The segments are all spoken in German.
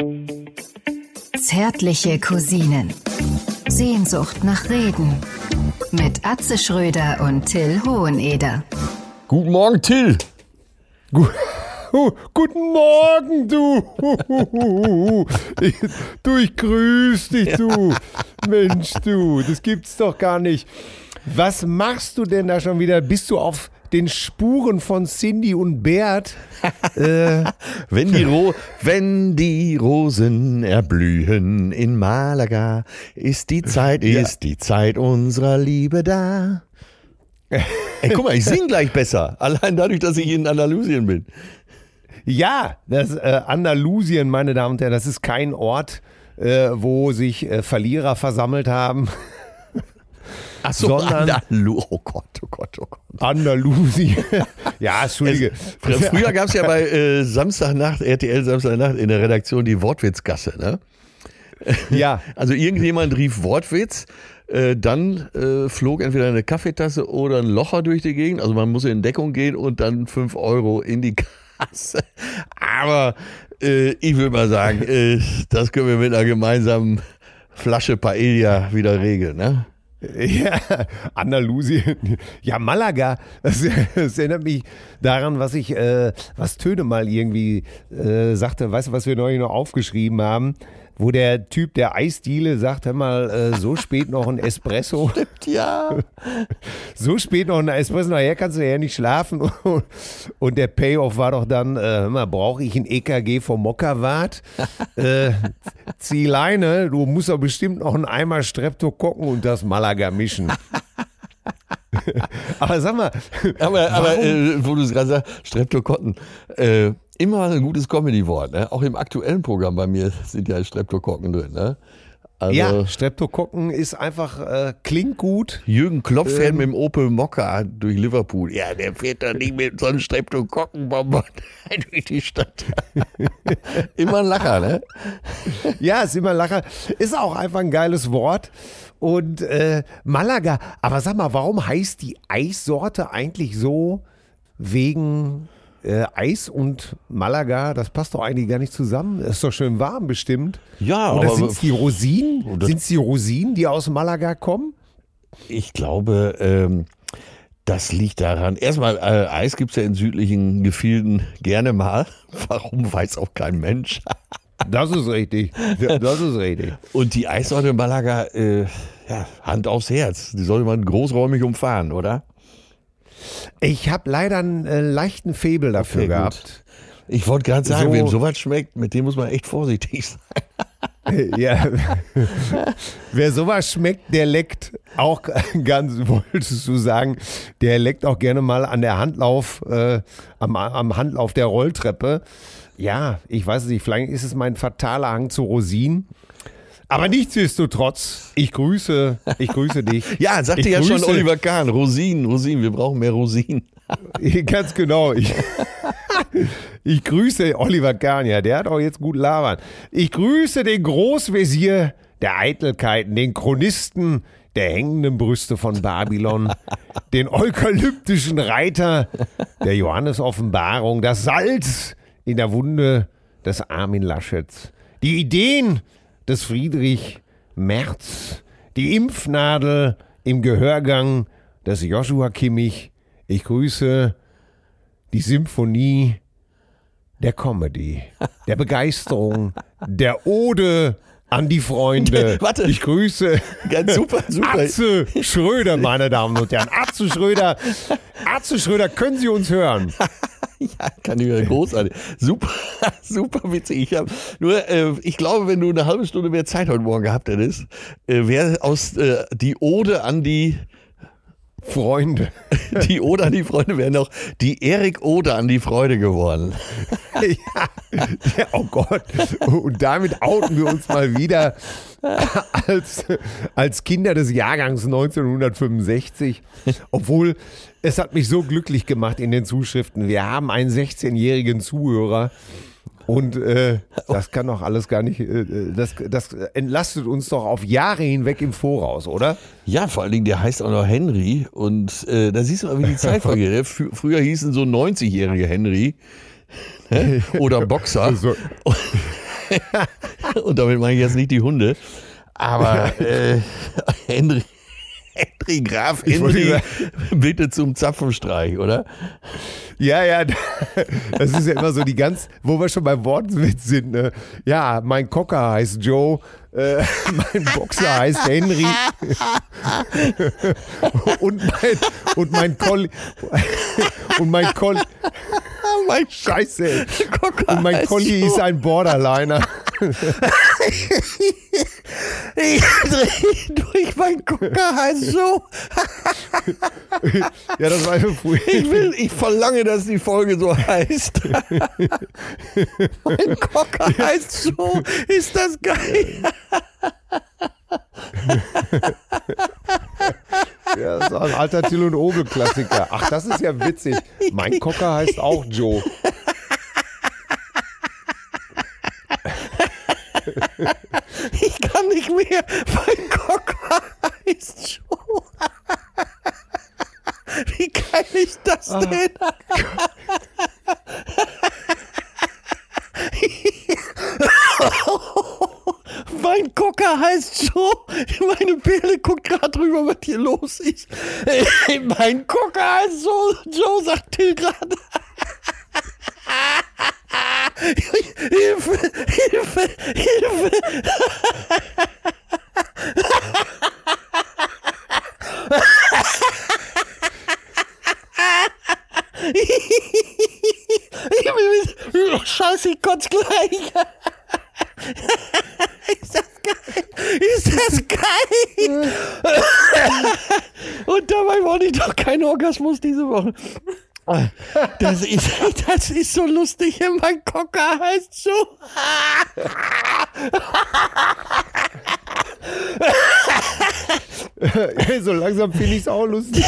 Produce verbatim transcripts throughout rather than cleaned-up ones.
Zärtliche Cousinen. Sehnsucht nach Reden. Mit Atze Schröder und Till Hoheneder. Guten Morgen, Till. Gu- oh, guten Morgen, du. Ich, du, ich grüß dich, du. Mensch, du, das gibt's doch gar nicht. Was machst du denn da schon wieder? Bist du auf den Spuren von Cindy und Bert? äh, wenn, die Ro- wenn die Rosen erblühen in Malaga, ist die Zeit, Ja. ist die Zeit unserer Liebe da. Ey, guck mal, ich sing gleich besser. Allein dadurch, dass ich in Andalusien bin. ja, das äh, Andalusien, meine Damen und Herren, das ist kein Ort, äh, wo sich äh, Verlierer versammelt haben. Ach so, Sondern- Andalu- oh Gott, oh Gott, oh Gott. Andalusien. Ja, Entschuldige. Fr- Früher gab es ja bei äh, Samstagnacht, R T L Samstagnacht in der Redaktion die Wortwitzgasse, ne? Ja. Also irgendjemand rief Wortwitz, äh, dann äh, flog entweder eine Kaffeetasse oder ein Locher durch die Gegend. Also man muss in Deckung gehen und dann fünf Euro in die Kasse. Aber äh, ich würde mal sagen, äh, das können wir mit einer gemeinsamen Flasche Paella wieder regeln, ne? Ja, Andalusien. Ja, Malaga. Das, das erinnert mich daran, was ich, äh, was Töne mal irgendwie äh, sagte. Weißt du, was wir neulich noch aufgeschrieben haben? Wo der Typ der Eisdiele sagt, hör mal, äh, so spät noch ein Espresso. Ja. So spät noch ein Espresso, nachher kannst du ja nicht schlafen. Und der Payoff war doch dann, äh, hör mal, brauche ich ein E K G vom Mokka-Wart? äh, zieh Leine, du musst doch bestimmt noch einen Eimer Streptokokken und das Malaga mischen. Aber sag mal, Aber, aber warum- äh, wo du es gerade sagst, Streptokokken, äh, immer ein gutes Comedy-Wort, ne? Auch im aktuellen Programm bei mir sind ja Streptokokken drin, ne? Also ja, Streptokokken ist einfach, äh, klingt gut. Jürgen Klopp fährt Ähm. mit dem Opel Mokka durch Liverpool. Ja, der fährt doch nicht mit so einem Streptokokkenbonbon durch die Stadt. Immer ein Lacher, ne? Ja, ist immer ein Lacher. Ist auch einfach ein geiles Wort. Und äh, Malaga, aber sag mal, warum heißt die Eissorte eigentlich so wegen äh, Eis und Malaga? Das passt doch eigentlich gar nicht zusammen. Ist doch schön warm bestimmt. Ja, Oder aber sind es die Rosinen? Oder- Sind es die Rosinen, die aus Malaga kommen? ich glaube, ähm, das liegt daran. Erstmal, äh, Eis gibt es ja in südlichen Gefilden gerne mal. Warum, weiß auch kein Mensch. Das ist richtig. Das ist richtig. Und die Eissorte Malaga, äh, ja, Hand aufs Herz. Die sollte man großräumig umfahren, oder? Ich habe leider einen äh, leichten Faible dafür Okay, gut. gehabt. Ich wollte gerade sagen, So- wem sowas schmeckt, mit dem muss man echt vorsichtig sein. Ja. Wer sowas schmeckt, der leckt auch ganz, wolltest du sagen, der leckt auch gerne mal an der Handlauf, äh, am, am Handlauf der Rolltreppe. Ja, ich weiß es nicht, vielleicht ist es mein fataler Hang zu Rosinen. Aber nichtsdestotrotz, ich grüße, ich grüße dich. Ja, sagte Ich ja schon grüße- Oliver Kahn, Rosinen, Rosinen, wir brauchen mehr Rosinen. Ganz genau. Ich, ich grüße Oliver Kahn, ja, der hat auch jetzt gut labern. Ich grüße den Großvezier der Eitelkeiten, den Chronisten der hängenden Brüste von Babylon, den eukalyptischen Reiter der Johannes-Offenbarung, das Salz in der Wunde des Armin Laschets, die Ideen des Friedrich Merz, die Impfnadel im Gehörgang des Joshua Kimmich. Ich grüße die Symphonie der Comedy, der Begeisterung, der Ode an die Freunde. Warte. Ich grüße Ganz super, super. Atze Schröder, meine Damen und Herren. Atze Schröder, Atze Schröder, können Sie uns hören? Ja, kann ich mir großartig. Super, super witzig. Ich habe nur, äh, ich glaube, wenn du eine halbe Stunde mehr Zeit heute Morgen gehabt hättest, äh, wäre aus äh, die Ode an die Freunde. die Ode an die Freunde wäre noch die Erik-Ode an die Freude geworden. Ja, ja, oh Gott. Und damit outen wir uns mal wieder als, als Kinder des Jahrgangs neunzehnhundertfünfundsechzig. Obwohl, es hat mich so glücklich gemacht in den Zuschriften. Wir haben einen sechzehnjährigen Zuhörer. Und äh, das kann doch alles gar nicht, äh, das, das entlastet uns doch auf Jahre hinweg im Voraus, oder? Ja, vor allen Dingen, der heißt auch noch Henry. Und äh, da siehst du mal, wie die Zeit vergeht. Ne? Fr- Früher hießen so neunzigjährige Henry, ne? Oder Boxer. So. Und damit meine ich jetzt nicht die Hunde, aber äh, Henry, Henry Graf Henry, bitte zum Zapfenstreich, oder? Ja, ja, das ist ja immer so die ganz, wo wir schon beim Wortwitz sind, ne? Ja, mein Cocker heißt Joe, äh, mein Boxer heißt Henry und mein, und mein Colli, und mein Colli, mein Scheiße, und mein Colli ist ein Borderliner. Ich drehe durch, mein Cocker heißt so. Ja, das war früher. Ich will, ich verlange, dass die Folge so heißt. Mein Cocker heißt so. Ist das geil? Ja, das ist ein alter Till und Obel-Klassiker. Ach, das ist ja witzig. Mein Cocker heißt auch Joe. Ich kann nicht mehr. Mein Cocker heißt Joe. Wie geil ist das denn? Mein Cocker heißt Joe. Meine Birne guckt gerade drüber, was hier los ist. Mein Cocker heißt Joe. Joe, sagt Till gerade. Hilfe, Hilfe, Hilfe. Scheiße, ich kotze gleich. Ist das geil? Ist das geil? Und dabei wollte ich doch keinen Orgasmus diese Woche. Das ist, das ist so lustig. Mein Cocker heißt so. So langsam finde ich es auch lustig.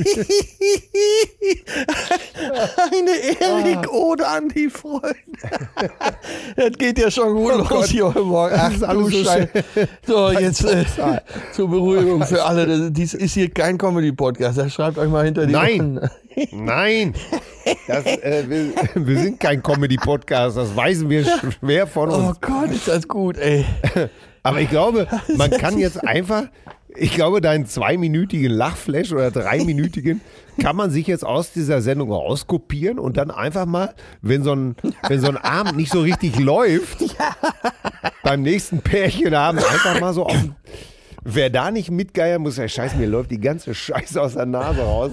Eine Erik-Ode an die Freunde. Das geht ja schon gut Oh los Gott. hier heute Morgen. Ach, Das ist alles du so Scheiße. schön. So, jetzt äh, Boxer. zur Beruhigung für alle. Das, dies ist hier kein Comedy-Podcast. Das schreibt euch mal hinter die Nein. Ohren. Nein, das, äh, wir, wir sind kein Comedy-Podcast, das weisen wir schwer von Oh uns. Gott, ist das gut, ey. Aber ich glaube, man kann jetzt einfach, ich glaube, deinen zweiminütigen Lachflash oder dreiminütigen kann man sich jetzt aus dieser Sendung rauskopieren und dann einfach mal, wenn so ein, wenn so ein Abend nicht so richtig läuft, beim nächsten Pärchenabend einfach mal so auf den, wer da nicht mitgeiern muss, ja scheiße, mir läuft die ganze Scheiße aus der Nase raus.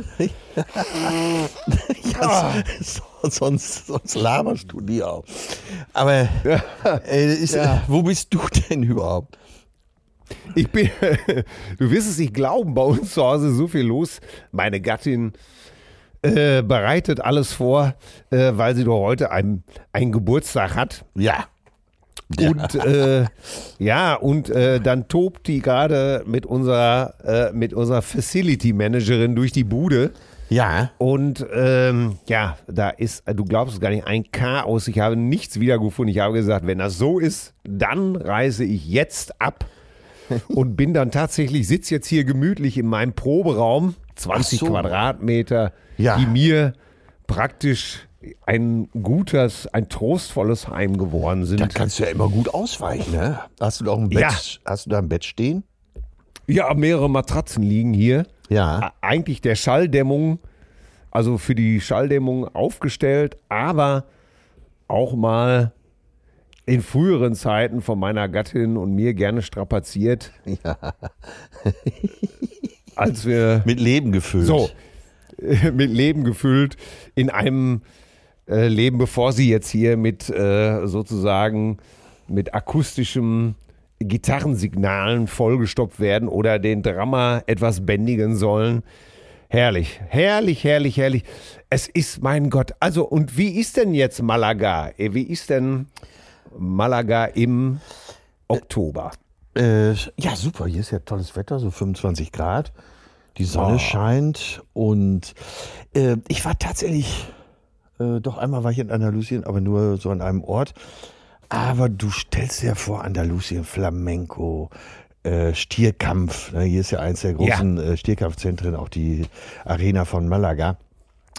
Ja, so, sonst, sonst laberst du die auch. Aber äh, ist, Ja. wo bist du denn überhaupt? Ich bin, du wirst es nicht glauben, bei uns zu Hause ist so viel los. Meine Gattin äh, bereitet alles vor, äh, weil sie doch heute einen, einen Geburtstag hat. Ja. Und äh, ja, und äh, dann tobt die gerade mit unserer, äh, mit unserer Facility Managerin durch die Bude. Ja. Und ähm, ja, da ist, du glaubst es gar nicht, ein Chaos. Ich habe nichts wiedergefunden. Ich habe gesagt, wenn das so ist, dann reise ich jetzt ab und bin dann tatsächlich, sitze jetzt hier gemütlich in meinem Proberaum, zwanzig Ach so. Quadratmeter, Ja. die mir praktisch ein gutes, ein trostvolles Heim geworden sind. Da kannst du ja immer gut ausweichen, ne? Hast du da auch ein Bett, Ja. hast du da ein Bett stehen? Ja, mehrere Matratzen liegen hier. Ja. Eigentlich der Schalldämmung, also für die Schalldämmung aufgestellt, aber auch mal in früheren Zeiten von meiner Gattin und mir gerne strapaziert, Ja. als wir Mit Leben gefüllt. so äh, mit Leben gefüllt in einem äh, Leben, bevor sie jetzt hier mit äh, sozusagen mit akustischem Gitarrensignalen vollgestopft werden oder den Drummer etwas bändigen sollen. Herrlich, herrlich, herrlich, herrlich. Es ist, mein Gott, also und wie ist denn jetzt Malaga? Äh, Wie ist denn Malaga im Oktober? Äh, ja, super. Hier ist ja tolles Wetter, so fünfundzwanzig Grad. Die Sonne Oh. scheint und äh, ich war tatsächlich, äh, doch einmal war ich in Andalusien, aber nur so an einem Ort. Aber du stellst dir vor, Andalusien, Flamenco, äh, Stierkampf. Ne? Hier ist ja eins der großen äh, Stierkampfzentren, auch die Arena von Malaga.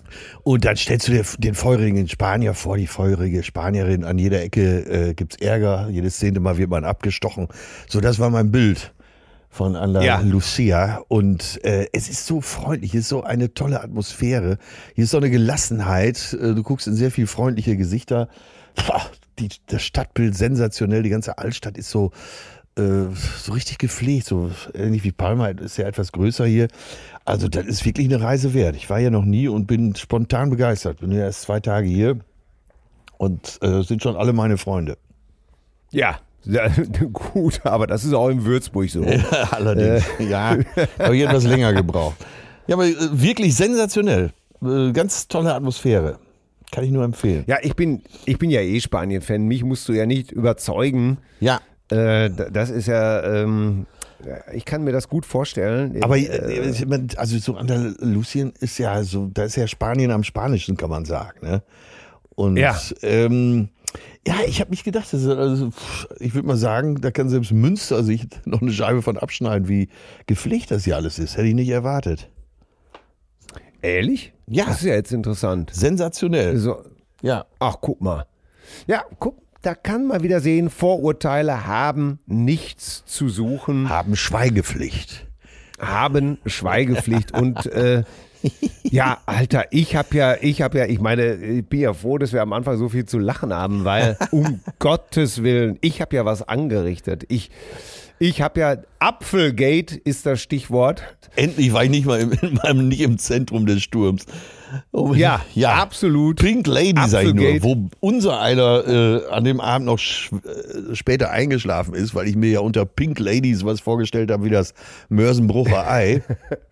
Und dann stellst du dir den feurigen Spanier vor, die feurige Spanierin. An jeder Ecke äh, gibt's Ärger, jedes zehnte Mal wird man abgestochen. So, das war mein Bild von Andalusia. Ja. Und äh, es ist so freundlich, es ist so eine tolle Atmosphäre. Hier ist so eine Gelassenheit. Äh, du guckst in sehr viel freundliche Gesichter. Boah, die, das Stadtbild sensationell. Die ganze Altstadt ist so, äh, so richtig gepflegt. So ähnlich wie Palma, ist ja etwas größer hier. Also das ist wirklich eine Reise wert. Ich war ja noch nie und bin spontan begeistert. Bin ja erst zwei Tage hier und äh, sind schon alle meine Freunde. Ja, ja, gut, aber das ist auch in Würzburg so. Ja, allerdings, äh. ja. Habe ich etwas länger gebraucht. Ja, aber äh, wirklich sensationell. Äh, ganz tolle Atmosphäre. Kann ich nur empfehlen. Ja, ich bin, ich bin ja eh Spanien-Fan. Mich musst du ja nicht überzeugen. Ja. Äh, das ist ja... Ähm, Ich kann mir das gut vorstellen. Aber äh, also so Andalusien ist ja so, da ist ja Spanien am Spanischen, kann man sagen. Ne? Und ja, ähm, ja ich habe mich gedacht, das ist, also, ich würde mal sagen, da kann selbst Münster sich noch eine Scheibe von abschneiden, wie gepflegt das hier alles ist. Hätte ich nicht erwartet. Ehrlich? Ja. Das ist ja jetzt interessant. Sensationell. So, ja. Ach, guck mal. Ja, guck. Da kann man wieder sehen, Vorurteile haben nichts zu suchen. Haben Schweigepflicht. Haben Schweigepflicht. Und äh, ja, Alter, ich habe ja, ich habe ja, ich meine, ich bin ja froh, dass wir am Anfang so viel zu lachen haben, weil um Gottes Willen, ich habe ja was angerichtet. Ich, ich habe ja, Apfelgate ist das Stichwort. Endlich war ich nicht mal im, in meinem, nicht im Zentrum des Sturms. Oh, ja, ja, absolut. Pink Lady, sag ich nur, wo unser einer äh, an dem Abend noch sch- äh, später eingeschlafen ist, weil ich mir ja unter Pink Ladies was vorgestellt habe, wie das Mörsenbrucher Ei.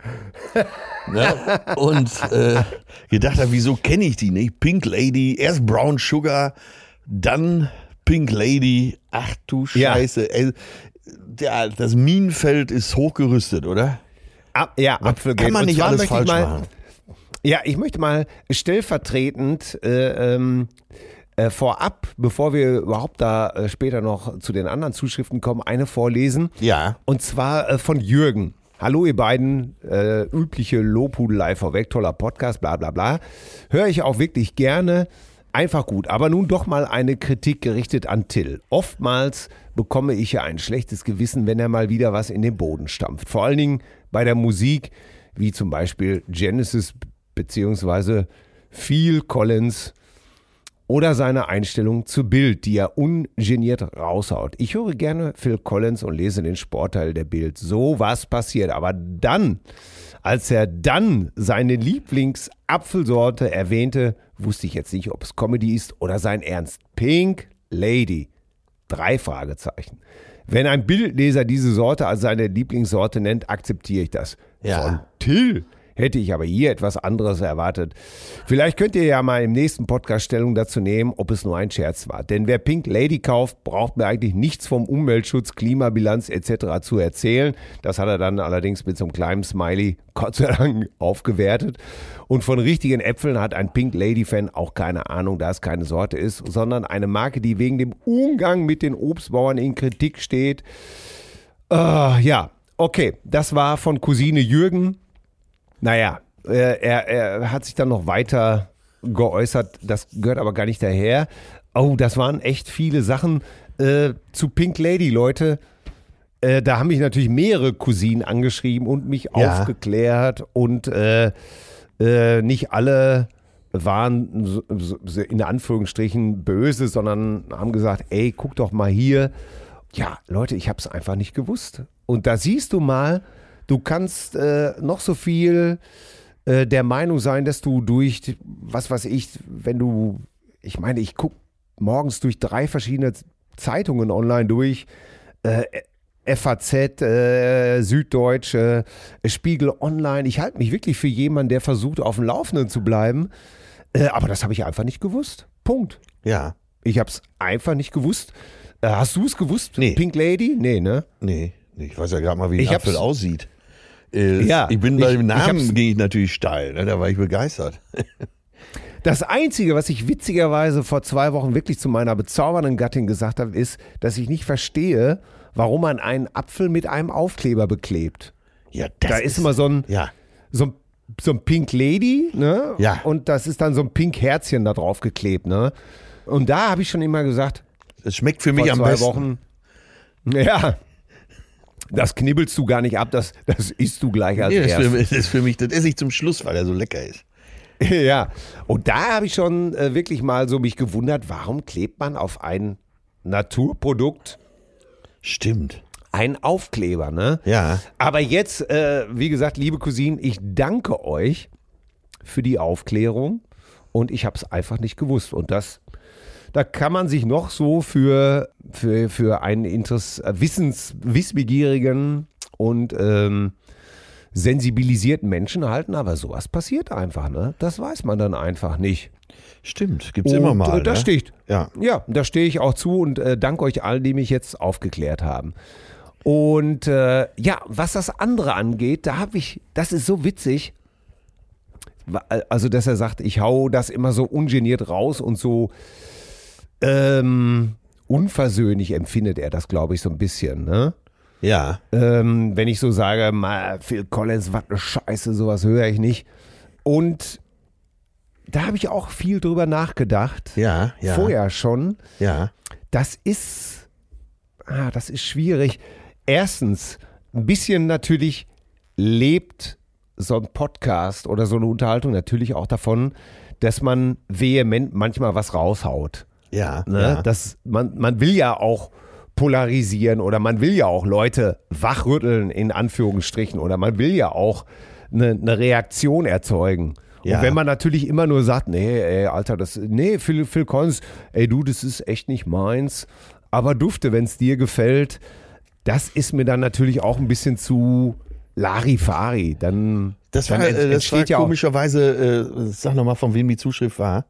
Ja, und äh, gedacht habe, wieso kenne ich die nicht? Pink Lady, erst Brown Sugar, dann Pink Lady. Ach du Scheiße. Ja. Ey, der, das Minenfeld ist hochgerüstet, oder? Ab, ja, Apfelgate. Kann man nicht alles falsch mal, machen. Ja, ich möchte mal stellvertretend äh, ähm, äh, vorab, bevor wir überhaupt da äh, später noch zu den anderen Zuschriften kommen, eine vorlesen. Ja. Und zwar äh, von Jürgen. Hallo ihr beiden, äh, übliche Lobhudelei vorweg, toller Podcast, bla bla bla. Höre ich auch wirklich gerne, einfach gut. Aber nun doch mal eine Kritik gerichtet an Till. Oftmals bekomme ich ja ein schlechtes Gewissen, wenn er mal wieder was in den Boden stampft. Vor allen Dingen bei der Musik, wie zum Beispiel Genesis beziehungsweise Phil Collins oder seine Einstellung zu Bild, die er ungeniert raushaut. Ich höre gerne Phil Collins und lese den Sportteil der Bild. So was passiert. Aber dann, als er dann seine Lieblingsapfelsorte erwähnte, wusste ich jetzt nicht, ob es Comedy ist oder sein Ernst. Pink Lady. Drei Fragezeichen. Wenn ein Bildleser diese Sorte als seine Lieblingssorte nennt, akzeptiere ich das. Ja. Von Till hätte ich aber hier etwas anderes erwartet. Vielleicht könnt ihr ja mal im nächsten Podcast Stellung dazu nehmen, ob es nur ein Scherz war. Denn wer Pink Lady kauft, braucht mir eigentlich nichts vom Umweltschutz, Klimabilanz et cetera zu erzählen. Das hat er dann allerdings mit so einem kleinen Smiley, Gott sei Dank, aufgewertet. Und von richtigen Äpfeln hat ein Pink Lady-Fan auch keine Ahnung, da es keine Sorte ist, sondern eine Marke, die wegen dem Umgang mit den Obstbauern in Kritik steht. Uh, ja, okay, das war von Cousine Jürgen. Naja, er, er, er hat sich dann noch weiter geäußert, das gehört aber gar nicht daher. Oh, das waren echt viele Sachen äh, zu Pink Lady, Leute. Äh, da haben mich natürlich mehrere Cousinen angeschrieben und mich ja. aufgeklärt und äh, äh, nicht alle waren so, so in Anführungsstrichen böse, sondern haben gesagt, ey, guck doch mal hier. Ja, Leute, ich habe es einfach nicht gewusst. Und da siehst du mal, du kannst äh, noch so viel äh, der Meinung sein, dass du durch, was weiß ich, wenn du, ich meine, ich gucke morgens durch drei verschiedene Zeitungen online durch, äh, F A Z, äh, Süddeutsche, äh, Spiegel Online. Ich halte mich wirklich für jemanden, der versucht, auf dem Laufenden zu bleiben. Äh, aber das habe ich einfach nicht gewusst. Punkt. Ja. Ich habe es einfach nicht gewusst. Äh, hast du es gewusst? Nee. Pink Lady? Nee, ne? Nee. Ich weiß ja gerade mal, wie ein ich Apfel aussieht. Äh, ja, ich bin bei ich, dem Namen ich ging ich natürlich steil, ne? Da war ich begeistert. Das Einzige, was ich witzigerweise vor zwei Wochen wirklich zu meiner bezaubernden Gattin gesagt habe, ist, dass ich nicht verstehe, warum man einen Apfel mit einem Aufkleber beklebt. Ja, das da ist, ist immer so ein, ja. so ein so ein Pink Lady, ne? Ja. Und das ist dann so ein Pink Herzchen da drauf geklebt, ne? Und da habe ich schon immer gesagt, Das schmeckt für mich vor am zwei besten. Wochen, ja, das knibbelst du gar nicht ab, das, das isst du gleich als Nee, das, ist erstes. für, mich- das ist für mich, das esse ich zum Schluss, weil er so lecker ist. Ja, und da habe ich schon äh, wirklich mal so mich gewundert, warum klebt man auf ein Naturprodukt Stimmt. einen Aufkleber, ne? Ja. Aber jetzt, äh, wie gesagt, liebe Cousinen, ich danke euch für die Aufklärung und ich habe es einfach nicht gewusst. Und das, da kann man sich noch so für, für, für einen Interess Wissens, wissbegierigen und ähm, sensibilisierten Menschen halten, aber sowas passiert einfach, ne? Das weiß man dann einfach nicht. Stimmt, gibt's immer mal. Und, äh, das ne? sticht. Ja. Ja, da stehe ich auch zu und äh, danke euch allen, die mich jetzt aufgeklärt haben. Und äh, ja, was das andere angeht, da habe ich, das ist so witzig, wa- also dass er sagt, ich hau das immer so ungeniert raus und so ähm, unversöhnlich empfindet er das, glaube ich, so ein bisschen, ne? Ja. Ähm, wenn ich so sage, mal, Phil Collins, was eine Scheiße, sowas höre ich nicht. Und da habe ich auch viel drüber nachgedacht. Ja, ja. Vorher schon. Ja. Das ist, ah, das ist schwierig. Erstens, ein bisschen natürlich lebt so ein Podcast oder so eine Unterhaltung natürlich auch davon, dass man vehement manchmal was raushaut. Ja. Ne? ja. Das, man, man will ja auch polarisieren oder man will ja auch Leute wachrütteln in Anführungsstrichen oder man will ja auch eine, eine Reaktion erzeugen. Ja. Und wenn man natürlich immer nur sagt, nee, ey, Alter, das, nee, Phil, Phil Collins, ey, du, das ist echt nicht meins, aber dufte, wenn es dir gefällt, das ist mir dann natürlich auch ein bisschen zu Larifari. Dann, Das war, dann ent- äh, das war entsteht ja auch komischerweise, äh, sag nochmal, von wem die Zuschrift war.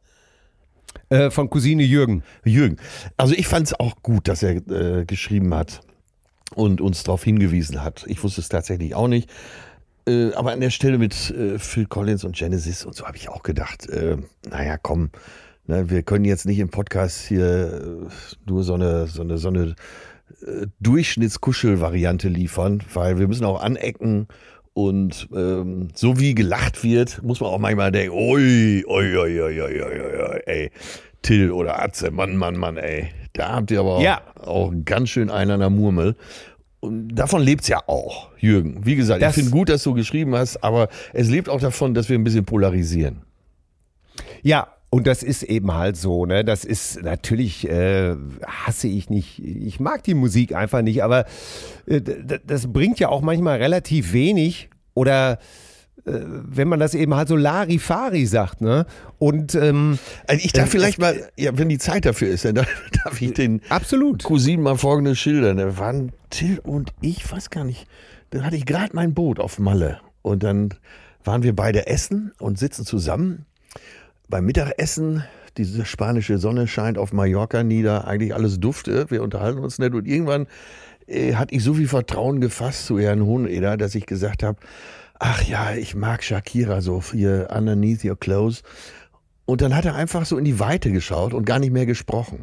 äh, von Cousine Jürgen. Jürgen. Also ich fand es auch gut, dass er äh, geschrieben hat und uns darauf hingewiesen hat. Ich wusste es tatsächlich auch nicht. Äh, aber an der Stelle mit äh, Phil Collins und Genesis und so habe ich auch gedacht, äh, naja, komm, ne, wir können jetzt nicht im Podcast hier äh, nur so eine, so eine, so eine äh, Durchschnittskuschel-Variante liefern, weil wir müssen auch anecken. Und ähm, so wie gelacht wird, muss man auch manchmal denken, ui, ui, ui, ui, ui, ui, ui, ey, Till oder Atze, Mann, Mann, Mann, ey. Da habt ihr aber auch, Ja. auch ganz schön einen an der Murmel. Und davon lebt's ja auch, Jürgen. Wie gesagt, Das- ich finde gut, dass du geschrieben hast, aber es lebt auch davon, dass wir ein bisschen polarisieren. Ja, und das ist eben halt so, ne? Das ist natürlich, äh, hasse ich nicht, ich mag die Musik einfach nicht, aber äh, d- das bringt ja auch manchmal relativ wenig oder äh, wenn man das eben halt so Larifari sagt, ne? Und ähm, Also ich darf Ähm, vielleicht mal, ja, wenn die Zeit dafür ist, dann darf ich den absolut. Cousinen mal Folgendes schildern. Da waren Till und ich, weiß gar nicht, da hatte ich gerade mein Boot auf Malle. Und dann waren wir beide essen und sitzen zusammen. Beim Mittagessen, diese spanische Sonne scheint auf Mallorca nieder, eigentlich alles dufte, wir unterhalten uns nicht. Und irgendwann äh, hatte ich so viel Vertrauen gefasst zu Herrn Hoheneder, dass ich gesagt habe, ach ja, ich mag Shakira so, hier Underneath Your Clothes. Und dann hat er einfach so in die Weite geschaut und gar nicht mehr gesprochen.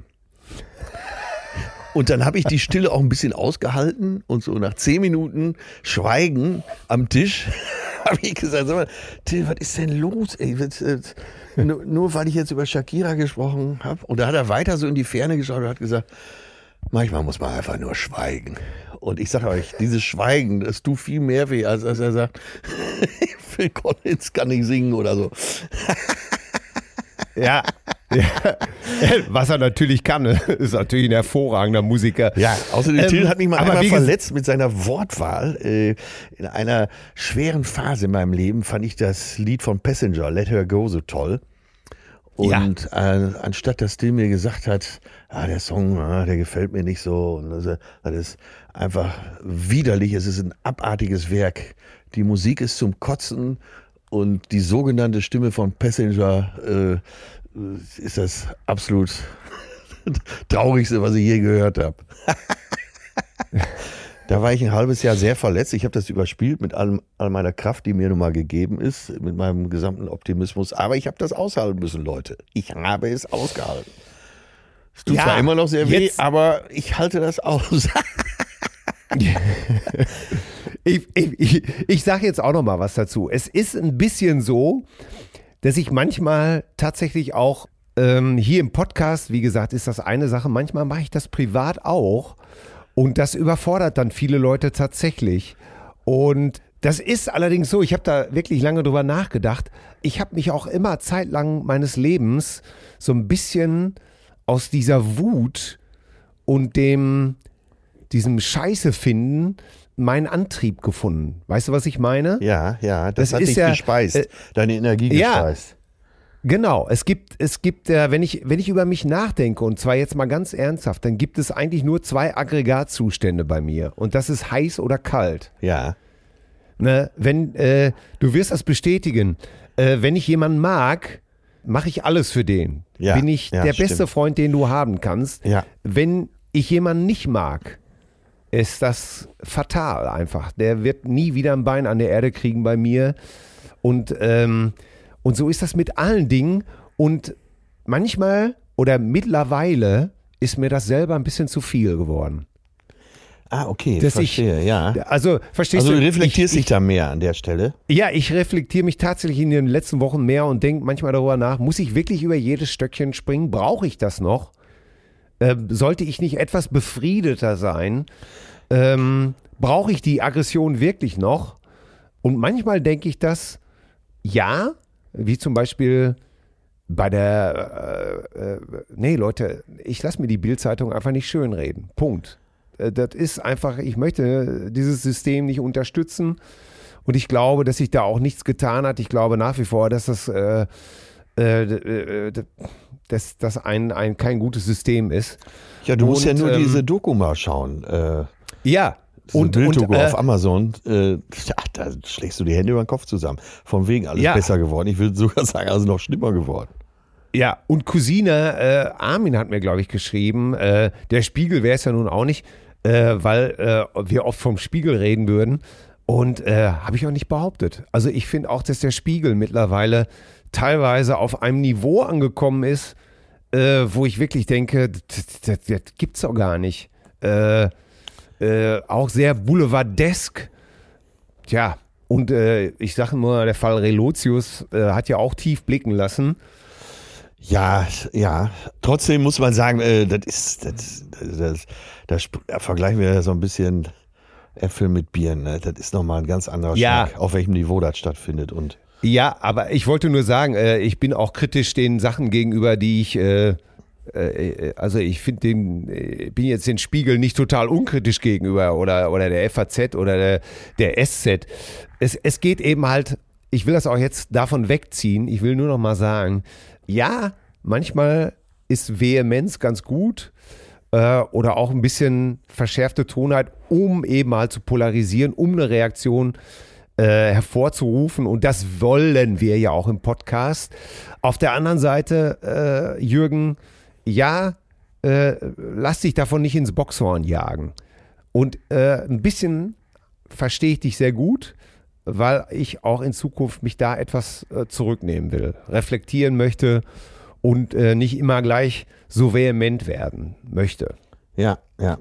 Und dann habe ich die Stille auch ein bisschen ausgehalten und so nach zehn Minuten Schweigen am Tisch habe ich gesagt, sag mal, Till, was ist denn los? Ey, was, äh, nur, nur weil ich jetzt über Shakira gesprochen habe. Und da hat er weiter so in die Ferne geschaut und hat gesagt, manchmal muss man einfach nur schweigen. Und ich sage euch, dieses Schweigen, das tut viel mehr weh, als dass er sagt, Phil Collins kann nicht singen oder so. Ja. Ja. Was er natürlich kann, ne? Ist natürlich ein hervorragender Musiker. Ja, außerdem Ähm, Till hat mich mal aber einmal wie ges- verletzt mit seiner Wortwahl. Äh, in einer schweren Phase in meinem Leben fand ich das Lied von Passenger, Let Her Go, so toll. Und äh, anstatt dass Till mir gesagt hat, ah, der Song, ah, der gefällt mir nicht so, und das, das ist einfach widerlich, es ist ein abartiges Werk. Die Musik ist zum Kotzen und die sogenannte Stimme von Passenger äh, ist das absolut Traurigste, was ich je gehört habe. Da war ich ein halbes Jahr sehr verletzt. Ich habe das überspielt mit allem, all meiner Kraft, die mir nun mal gegeben ist, mit meinem gesamten Optimismus. Aber ich habe das aushalten müssen, Leute. Ich habe es ausgehalten. Es tut Ja, zwar immer noch sehr weh, jetzt- aber ich halte das aus. ich ich, ich, ich sage jetzt auch noch mal was dazu. Es ist ein bisschen so, dass ich manchmal tatsächlich auch ähm, hier im Podcast, wie gesagt, ist das eine Sache, manchmal mache ich das privat auch und das überfordert dann viele Leute tatsächlich. Und das ist allerdings so, ich habe da wirklich lange drüber nachgedacht. Ich habe mich auch immer zeitlang meines Lebens so ein bisschen aus dieser Wut und dem, diesem Scheiße finden, meinen Antrieb gefunden. Weißt du, was ich meine? Ja, ja, das, Das hat ist dich ja, gespeist, äh, deine Energie ja. gespeist. Genau, es gibt, es gibt, äh, wenn ich, wenn ich über mich nachdenke, und zwar jetzt mal ganz ernsthaft, dann gibt es eigentlich nur zwei Aggregatzustände bei mir. Und das ist heiß oder kalt. Ja. Ne? Wenn, äh, du wirst das bestätigen, äh, wenn ich jemanden mag, mache ich alles für den. Ja, Bin ich ja, der stimmt. beste Freund, den du haben kannst. Ja. Wenn ich jemanden nicht mag, ist das fatal einfach. Der wird nie wieder ein Bein an der Erde kriegen bei mir. Und, ähm, und so ist das mit allen Dingen. Und manchmal oder mittlerweile ist mir das selber ein bisschen zu viel geworden. Ah, okay, Dass verstehe, ich, ja. Also, verstehst Also du? du reflektierst ich, dich da mehr an der Stelle. Ja, ich reflektiere mich tatsächlich in den letzten Wochen mehr und denke manchmal darüber nach, muss ich wirklich über jedes Stöckchen springen? Brauche ich das noch? Ähm, sollte ich nicht etwas befriedeter sein? Ähm, brauche ich die Aggression wirklich noch? Und manchmal denke ich das, ja, wie zum Beispiel bei der, äh, äh, nee Leute, ich lasse mir die Bild-Zeitung einfach nicht schönreden. Punkt. Äh, das ist einfach, ich möchte dieses System nicht unterstützen und ich glaube, dass sich da auch nichts getan hat. Ich glaube nach wie vor, dass das, äh, äh, dass das ein, ein, kein gutes System ist. Ja, du musst Und, ja nur ähm, diese Doku mal schauen. Äh, Ja. diese Und, Bilddoku und, äh, auf Amazon. Äh, ja, da schlägst du die Hände über den Kopf zusammen. Von wegen alles Ja. besser geworden. Ich würde sogar sagen, also noch schlimmer geworden. Ja, und Cousine äh, Armin hat mir, glaube ich, geschrieben, äh, der Spiegel wäre es ja nun auch nicht, äh, weil äh, wir oft vom Spiegel reden würden. Und äh, habe ich auch nicht behauptet. Also ich finde auch, dass der Spiegel mittlerweile teilweise auf einem Niveau angekommen ist, äh, wo ich wirklich denke, das, das, das gibt's doch gar nicht. Äh, äh, auch sehr boulevardesk. Tja, und äh, ich sage mal, der Fall Relotius äh, hat ja auch tief blicken lassen. Ja, ja. Trotzdem muss man sagen, äh, das ist, das, das, das, das, da vergleichen wir so ein bisschen Äpfel mit Bieren. Ne? Das ist nochmal ein ganz anderer Ja. Schnack, auf welchem Niveau das stattfindet. Und Ja, aber ich wollte nur sagen, äh, ich bin auch kritisch den Sachen gegenüber, die ich, äh, äh, also ich finde den, äh, bin jetzt den Spiegel nicht total unkritisch gegenüber oder, oder der F A Z oder der, der S Z. Es, es geht eben halt, ich will das auch jetzt davon wegziehen, ich will nur noch mal sagen, ja, manchmal ist Vehemenz ganz gut äh, oder auch ein bisschen verschärfte Tonheit, um eben halt zu polarisieren, um eine Reaktion Äh, hervorzurufen, und das wollen wir ja auch im Podcast. Auf der anderen Seite, äh, Jürgen, ja, äh, lass dich davon nicht ins Boxhorn jagen. Und äh, ein bisschen verstehe ich dich sehr gut, weil ich auch in Zukunft mich da etwas äh, zurücknehmen will, reflektieren möchte und äh, nicht immer gleich so vehement werden möchte. ja, ja.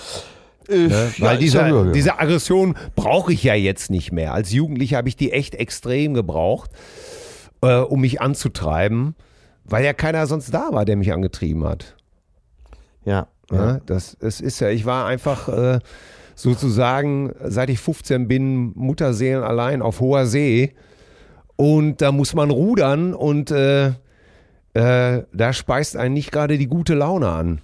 Ne? Ja, Weil ist diese, ja, ja. diese Aggression brauche ich ja jetzt nicht mehr. Als Jugendlicher habe ich die echt extrem gebraucht, äh, um mich anzutreiben, weil ja keiner sonst da war, der mich angetrieben hat. Ja, Ja. ja. Ne? Das, es ist ja, ich war einfach äh, sozusagen, seit ich fünfzehn bin, Mutterseelen allein auf hoher See, und da muss man rudern, und äh, äh, da speist einen nicht gerade die gute Laune an.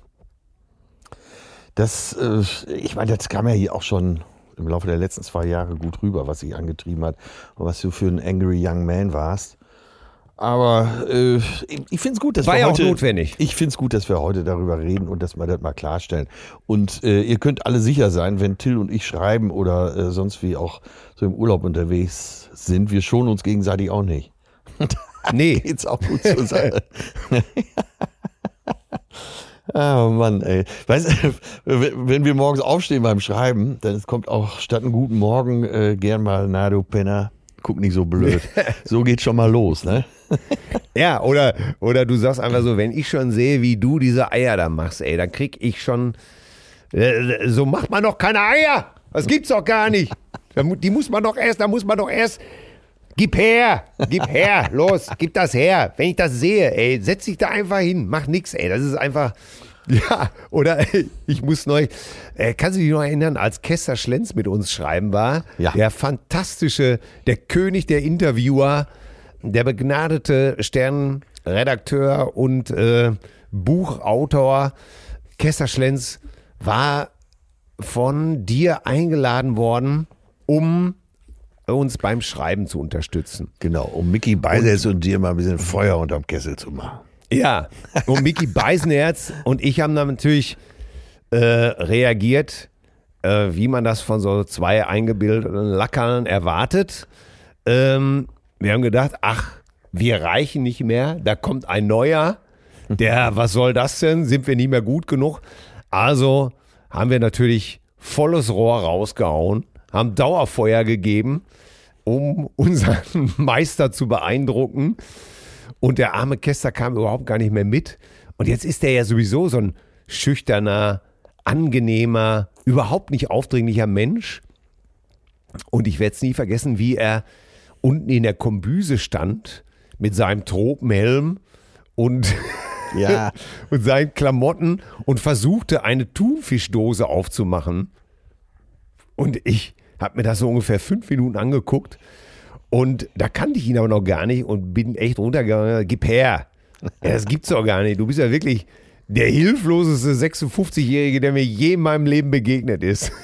Das, äh, ich meine, das kam ja hier auch schon im Laufe der letzten zwei Jahre gut rüber, was dich angetrieben hat und was du für ein angry young man warst. Aber äh, ich, ich finde es gut, dass War wir ja heute, auch notwendig. Ich finde es gut, dass wir heute darüber reden und dass wir das mal klarstellen. Und äh, ihr könnt alle sicher sein, wenn Till und ich schreiben oder äh, sonst wie auch so im Urlaub unterwegs sind, wir schonen uns gegenseitig auch nicht. Nee. Geht's auch gut zur Sache. Oh Mann, ey. Weißt du, wenn wir morgens aufstehen beim Schreiben, dann kommt auch statt einen guten Morgen äh, gern mal, na du Penner, guck nicht so blöd. So geht schon mal los, ne? Ja, oder, oder du sagst einfach so, wenn ich schon sehe, wie du diese Eier da machst, ey, dann krieg ich schon, äh, so macht man doch keine Eier. Das gibt's doch gar nicht. Die muss man doch erst, da muss man doch erst. Gib her, gib her, los, gib das her. Wenn ich das sehe, ey, setz dich da einfach hin, mach nix, ey. Das ist einfach, ja, oder ey, ich muss neu, äh, kannst du dich noch erinnern, als Kester Schlenz mit uns schreiben war? Ja. Der fantastische, der König der Interviewer, der begnadete Sternredakteur und äh, Buchautor Kester Schlenz war von dir eingeladen worden, um uns beim Schreiben zu unterstützen. Genau, um Micky Beisenherz und, und dir mal ein bisschen Feuer unterm Kessel zu machen. Ja, und Micky Beisenherz und ich haben dann natürlich äh, reagiert, äh, wie man das von so zwei eingebildeten Lackern erwartet. Ähm, wir haben gedacht, ach, wir reichen nicht mehr, da kommt ein neuer. Der, was soll das denn? Sind wir nicht mehr gut genug? Also haben wir natürlich volles Rohr rausgehauen, haben Dauerfeuer gegeben, um unseren Meister zu beeindrucken. Und der arme Kester kam überhaupt gar nicht mehr mit. Und jetzt ist er ja sowieso so ein schüchterner, angenehmer, überhaupt nicht aufdringlicher Mensch. Und ich werde es nie vergessen, wie er unten in der Kombüse stand mit seinem Tropenhelm und, ja. und seinen Klamotten und versuchte, eine Thunfischdose aufzumachen. Und ich habe mir das so ungefähr fünf Minuten angeguckt und da kannte ich ihn aber noch gar nicht und bin echt runtergegangen. Gib her. Ja, das gibt's doch gar nicht. Du bist ja wirklich der hilfloseste sechsundfünfzigjährige, der mir je in meinem Leben begegnet ist.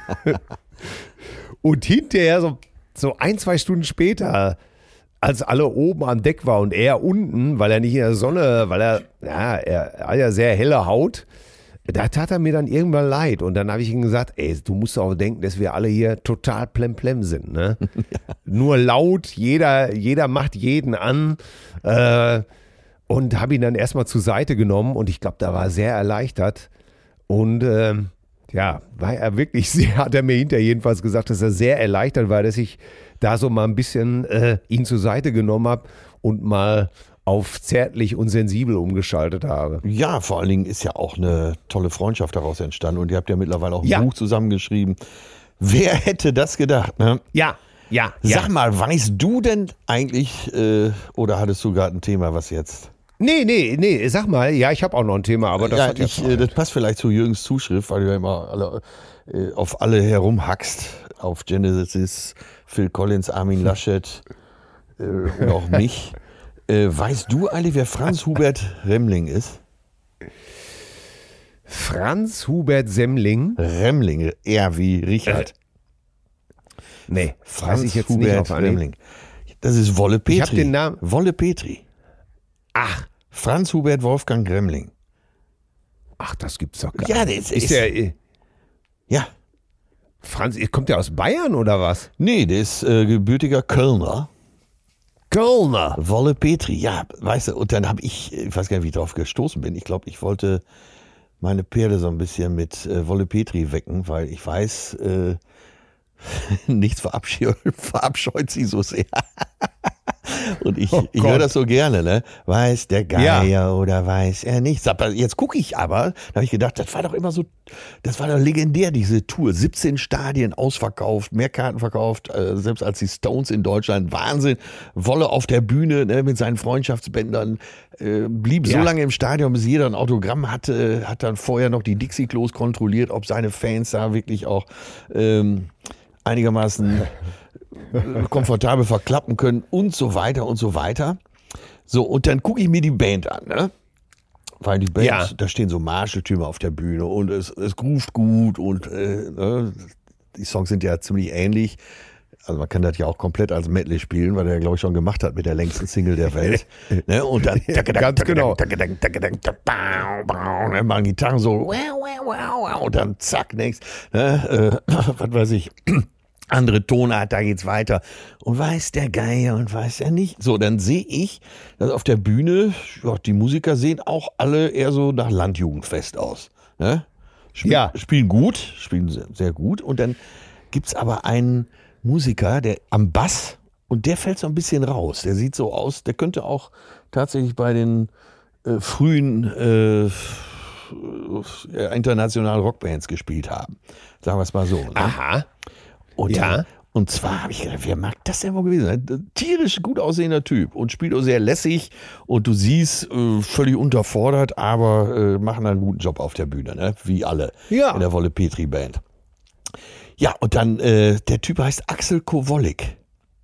Und hinterher, so, so ein, zwei Stunden später, als alle oben am Deck waren und er unten, weil er nicht in der Sonne, weil er, ja, er hat ja sehr helle Haut, da tat er mir dann irgendwann leid. Und dann habe ich ihm gesagt, ey, du musst auch denken, dass wir alle hier total plemplem sind. Ne? Ja. Nur laut, jeder, jeder macht jeden an. Äh, und habe ihn dann erstmal zur Seite genommen und ich glaube, da war er sehr erleichtert. Und äh, ja, war er wirklich sehr, hat er mir hinterher jedenfalls gesagt, dass er sehr erleichtert war, dass ich da so mal ein bisschen äh, ihn zur Seite genommen habe und mal auf zärtlich und sensibel umgeschaltet habe. Ja, vor allen Dingen ist ja auch eine tolle Freundschaft daraus entstanden und ihr habt ja mittlerweile auch ein ja. Buch zusammengeschrieben. Wer hätte das gedacht, ne? Ja, ja. Sag ja. mal, weißt du denn eigentlich, äh, oder hattest du gerade ein Thema, was jetzt? Nee, nee, nee, sag mal, ja, ich habe auch noch ein Thema, aber das ja, hat ich, ja das passt vielleicht zu Jürgens Zuschrift, weil du ja immer alle, äh, auf alle herumhackst, auf Genesis, Phil Collins, Armin Laschet äh, und auch mich. Äh, weißt du eigentlich, wer Franz Hubert Remling ist? Franz Hubert Semmling? Remling, er wie Richard. Äh, nee, Franz weiß ich jetzt Hubert nicht auf Anhieb. Remling. Das ist Wolle Petri. Ich habe den Namen. Wolle Petri. Ach. Franz Hubert Wolfgang Remling. Ach, das gibt's doch gar Ja, nicht. das ist ist, der, äh, ja. Franz, kommt der aus Bayern oder was? Nee, der ist äh, gebürtiger Kölner. Kölner. Wolle Petri, ja, weißt du, und dann habe ich, ich weiß gar nicht, wie ich drauf gestoßen bin, ich glaube, ich wollte meine Perle so ein bisschen mit äh, Wolle Petri wecken, weil ich weiß, äh, nichts verabscheut, verabscheut sie so sehr. Und ich, oh ich höre das so gerne, ne? Weiß der Geier ja. oder weiß er nicht. Jetzt gucke ich aber, da habe ich gedacht, das war doch immer so, das war doch legendär, diese Tour. siebzehn Stadien ausverkauft, mehr Karten verkauft, äh, selbst als die Stones in Deutschland. Wahnsinn. Wolle auf der Bühne, ne, mit seinen Freundschaftsbändern, äh, blieb ja. so lange im Stadion, bis jeder ein Autogramm hatte, hat dann vorher noch die Dixie-Klos kontrolliert, ob seine Fans da wirklich auch ähm, einigermaßen komfortabel verklappen können und so weiter und so weiter. So, und dann gucke ich mir die Band an, ne? Weil die Band, ja. da stehen so Marschalltümer auf der Bühne und es, es groovt gut und äh, ne? Die Songs sind ja ziemlich ähnlich. Also man kann das ja auch komplett als Medley spielen, weil er, glaube ich, schon gemacht hat mit der längsten Single der Welt. Ne? Und dann ja, ganz genau. Dann machen Gitarren so und dann zack, nächst. Ne? Äh, was weiß ich. Andere Tonart, da geht's weiter. Und weiß der Geier und weiß er nicht. So, dann sehe ich, dass auf der Bühne, ja, die Musiker sehen auch alle eher so nach Landjugendfest aus. Ne? Spiel, ja. Spielen gut, spielen sehr, sehr gut. Und dann gibt's aber einen Musiker, der am Bass, und der fällt so ein bisschen raus. Der sieht so aus, der könnte auch tatsächlich bei den äh, frühen äh, äh, internationalen Rockbands gespielt haben. Sagen wir es mal so. Ne? Aha. Und, Ja. und zwar habe ich gedacht, wer mag das denn wohl gewesen sein? Ein tierisch gut aussehender Typ und spielt auch sehr lässig und du siehst, äh, völlig unterfordert, aber äh, machen einen guten Job auf der Bühne, ne? Wie alle Ja. in der Wolle Petri Band. Ja, und dann, äh, der Typ heißt Axel Kowollik.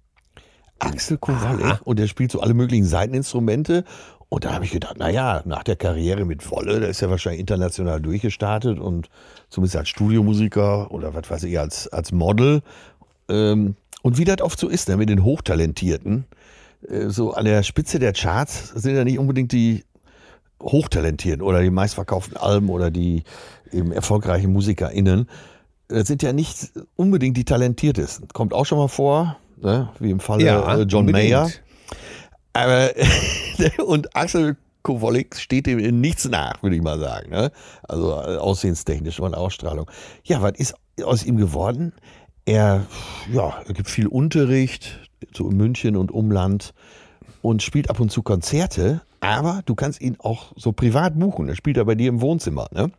Axel Kowollik. Aha. Und der spielt so alle möglichen Saiteninstrumente. Und da habe ich gedacht, naja, nach der Karriere mit Wolle, da ist er wahrscheinlich international durchgestartet und zumindest als Studiomusiker oder was weiß ich, als, als Model. Ähm, und wie das oft so ist, ne, mit den Hochtalentierten, äh, so an der Spitze der Charts sind ja nicht unbedingt die Hochtalentierten oder die meistverkauften Alben oder die eben erfolgreichen MusikerInnen. Das sind ja nicht unbedingt die Talentiertesten. Kommt auch schon mal vor, ne, wie im Falle Ja, äh, John unbedingt. Mayer. Aber und Axel Kowollik steht dem in nichts nach, würde ich mal sagen. Ne? Also äh, aussehenstechnisch und Ausstrahlung. Ja, was ist aus ihm geworden? Er, ja, er gibt viel Unterricht, so in München und Umland und spielt ab und zu Konzerte, aber du kannst ihn auch so privat buchen. Er spielt ja bei dir im Wohnzimmer. Ne?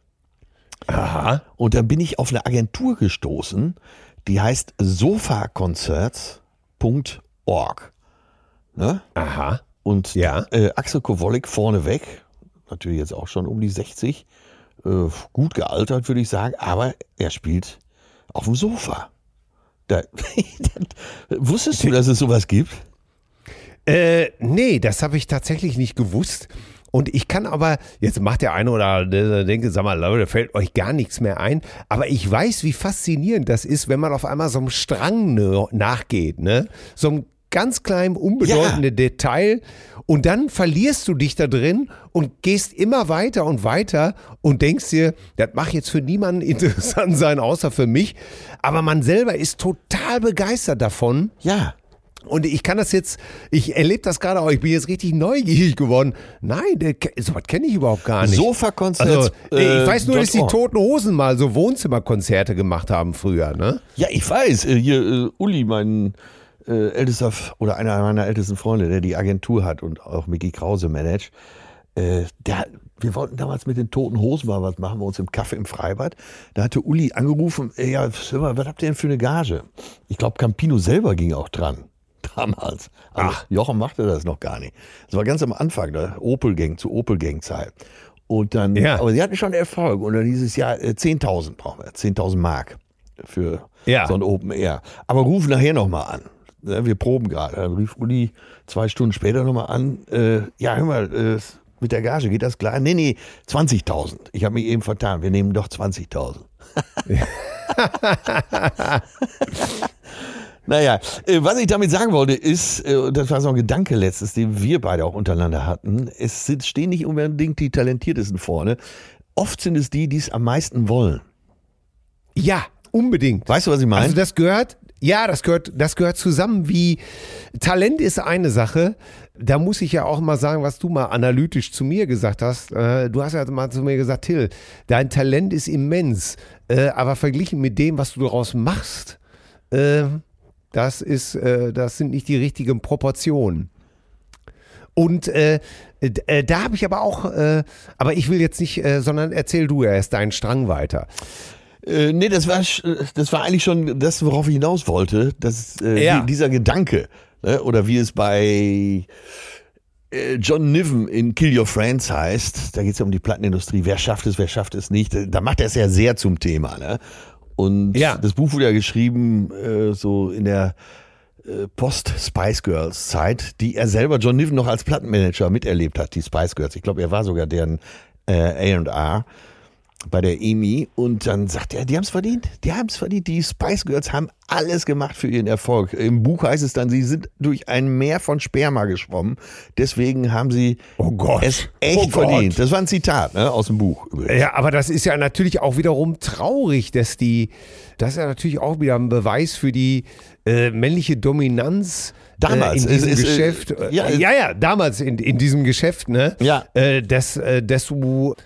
Aha. Und dann bin ich auf eine Agentur gestoßen, die heißt sofaconcerts punkt org. Ne? Aha. Und Ja. äh, Axel Kowollik vorneweg, natürlich jetzt auch schon um die sechzig, äh, gut gealtert, würde ich sagen, aber er spielt auf dem Sofa. Da, wusstest du, dass es sowas gibt? Äh, nee, das habe ich tatsächlich nicht gewusst. Und ich kann aber, jetzt macht der eine oder andere denke, sag mal, Leute, fällt euch gar nichts mehr ein. Aber ich weiß, wie faszinierend das ist, wenn man auf einmal so einem Strang ne, nachgeht, ne? So einem ganz kleinen, unbedeutenden Ja. Detail. Und dann verlierst du dich da drin und gehst immer weiter und weiter und denkst dir, das mag jetzt für niemanden interessant sein, außer für mich. Aber man selber ist total begeistert davon. Ja. Und ich kann das jetzt, ich erlebe das gerade auch, ich bin jetzt richtig neugierig geworden. Nein, der, sowas kenne ich überhaupt gar nicht. Sofaconcerts. Also, äh, ich weiß nur, dass die .org. Toten Hosen mal so Wohnzimmerkonzerte gemacht haben früher, ne? Ja, ich weiß. Äh, hier, äh, Uli, mein äh, ältester F- oder einer meiner ältesten Freunde, der die Agentur hat und auch Micky Krause managt, äh, der, wir wollten damals mit den Toten Hosen mal was machen, bei uns im Café im Freibad. Da hatte Uli angerufen, äh, ja, hör mal, was habt ihr denn für eine Gage? Ich glaube, Campino selber ging auch dran. Damals. Also Ach. Jochen machte das noch gar nicht. Das war ganz am Anfang, der Opel-Gang, zu Opel-Gang-Zeit. Und dann, Ja. aber sie hatten schon Erfolg. Und dann dieses Jahr äh, zehntausend brauchen wir, zehntausend Mark für Ja. so ein Open Air. Aber ruf nachher nochmal an. Ja, wir proben gerade. Dann rief Uli zwei Stunden später nochmal an. Äh, ja, hör mal, äh, mit der Gage geht das klar? Nee, nee, zwanzigtausend. Ich habe mich eben vertan. Wir nehmen doch zwanzigtausend. Naja, äh, was ich damit sagen wollte, ist, äh, das war so ein Gedanke letztens, den wir beide auch untereinander hatten, es sind, stehen nicht unbedingt die Talentiertesten vorne. Oft sind es die, die es am meisten wollen. Ja, unbedingt. Weißt du, was ich meine? Also das gehört, ja, das gehört, das gehört zusammen wie Talent ist eine Sache. Da muss ich ja auch mal sagen, was du mal analytisch zu mir gesagt hast. Äh, du hast ja mal zu mir gesagt, Till, dein Talent ist immens, äh, aber verglichen mit dem, was du daraus machst, äh, das ist, äh, das sind nicht die richtigen Proportionen. Und äh, äh, da habe ich aber auch, äh, aber ich will jetzt nicht, äh, sondern erzähl du erst deinen Strang weiter. Äh, nee, das war, sch- das war eigentlich schon das, worauf ich hinaus wollte. Das, äh, Ja. die, dieser Gedanke, ne? Oder wie es bei äh, John Niven in Kill Your Friends heißt, da geht es ja um die Plattenindustrie, wer schafft es, wer schafft es nicht. Da macht er es ja sehr zum Thema. Ne? Und Ja. das Buch wurde ja geschrieben, äh, so in der äh, Post-Spice Girls Zeit, die er selber, John Niven, noch als Plattenmanager miterlebt hat, die Spice Girls. Ich glaube, er war sogar deren äh, A und R bei der E M I und dann sagt er, die haben es verdient, die haben es verdient, die Spice Girls haben alles gemacht für ihren Erfolg. Im Buch heißt es dann, sie sind durch ein Meer von Sperma geschwommen, deswegen haben sie Oh Gott. es echt Oh Gott. verdient. Das war ein Zitat, ne, aus dem Buch übrigens. Ja, aber das ist ja natürlich auch wiederum traurig, dass die, das ist ja natürlich auch wieder ein Beweis für die äh, männliche Dominanz Damals. äh, in diesem Es ist, äh, Geschäft. ja, ja, ja, damals in, in diesem Geschäft, ne? Ja. Äh, dass, äh, dass du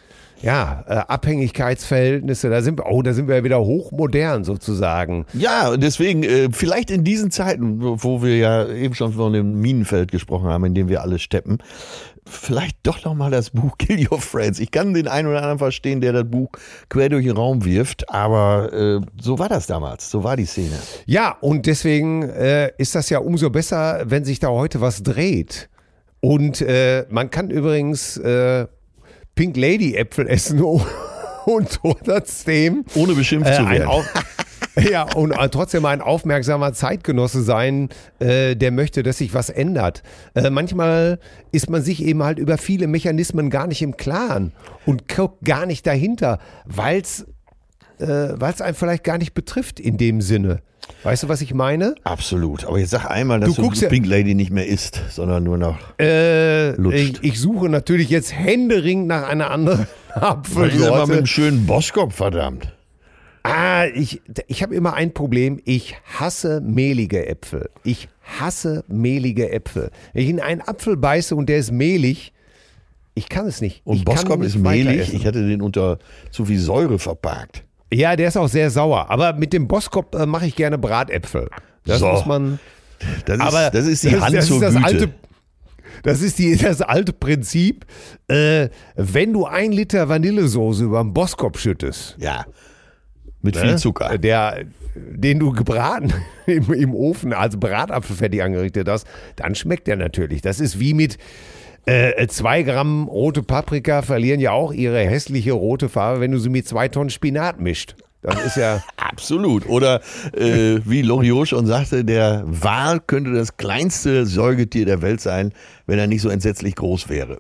ja, äh, Abhängigkeitsverhältnisse, da sind wir, oh, da sind wir ja wieder hochmodern sozusagen. Ja, und deswegen, äh, vielleicht in diesen Zeiten, wo wo wir ja eben schon von dem Minenfeld gesprochen haben, in dem wir alle steppen, vielleicht doch noch mal das Buch Kill Your Friends. Ich kann den einen oder anderen verstehen, der das Buch quer durch den Raum wirft, aber äh, so war das damals, so war die Szene. Ja, und deswegen äh, ist das ja umso besser, wenn sich da heute was dreht. Und äh, man kann übrigens äh, Pink Lady Äpfel essen und trotzdem Ohne beschimpft äh, zu ein werden. Auf, ja, und äh, trotzdem ein aufmerksamer Zeitgenosse sein, äh, der möchte, dass sich was ändert. Äh, manchmal ist man sich eben halt über viele Mechanismen gar nicht im Klaren und guckt gar nicht dahinter, weil es äh, weil's einen vielleicht gar nicht betrifft in dem Sinne. Weißt du, was ich meine? Absolut. Aber jetzt sag einmal, dass Du du, guckst ja- Pink Lady nicht mehr isst, sondern nur noch. Äh, Lutscht. ich, ich suche natürlich jetzt händeringend nach einer anderen Was ist denn mal mit Apfelsorte. einem schönen Bosskopf, verdammt. Ah, ich, ich habe immer ein Problem. Ich hasse mehlige Äpfel. Ich hasse mehlige Äpfel. Wenn ich in einen Apfel beiße und der ist mehlig, ich kann es nicht. Und ich kann Boskop nicht ist weiter mehlig. essen. Ich hatte den unter zu viel Säure verpackt. Ja, der ist auch sehr sauer. Aber mit dem Boskop äh, mache ich gerne Bratäpfel. Das So. muss man. Das ist, Aber das ist die das, Hand das zur ist das Güte. alte, das ist die, das alte Prinzip. Äh, wenn du ein Liter Vanillesoße über den Boskop schüttest, ja. Mit viel Zucker. der, den du gebraten im, im Ofen als Bratapfel fertig angerichtet hast, dann schmeckt der natürlich. Das ist wie mit äh, zwei Gramm rote Paprika verlieren ja auch ihre hässliche rote Farbe, wenn du sie mit zwei Tonnen Spinat mischt. Das ist ja... Absolut. Oder äh, wie Loriot schon sagte, der Wal könnte das kleinste Säugetier der Welt sein, wenn er nicht so entsetzlich groß wäre.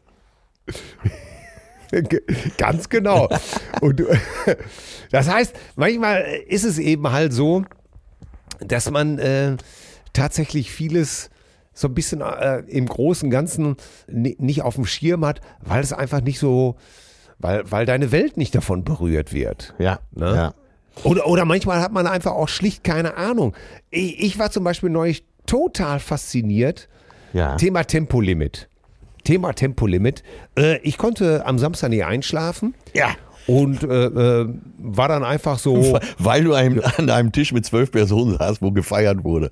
Ganz genau. Und du- das heißt, manchmal ist es eben halt so, dass man äh, tatsächlich vieles so ein bisschen äh, im Großen und Ganzen ni- nicht auf dem Schirm hat, weil es einfach nicht so, weil, weil deine Welt nicht davon berührt wird. Ja. Ne? ja. Oder, oder manchmal hat man einfach auch schlicht keine Ahnung. Ich, ich war zum Beispiel neulich total fasziniert. Ja. Thema Tempolimit. Thema Tempolimit. Äh, ich konnte am Samstag nicht einschlafen. Ja. Und äh, äh, war dann einfach so. Weil du einem, an einem Tisch mit zwölf Personen saßt, wo gefeiert wurde.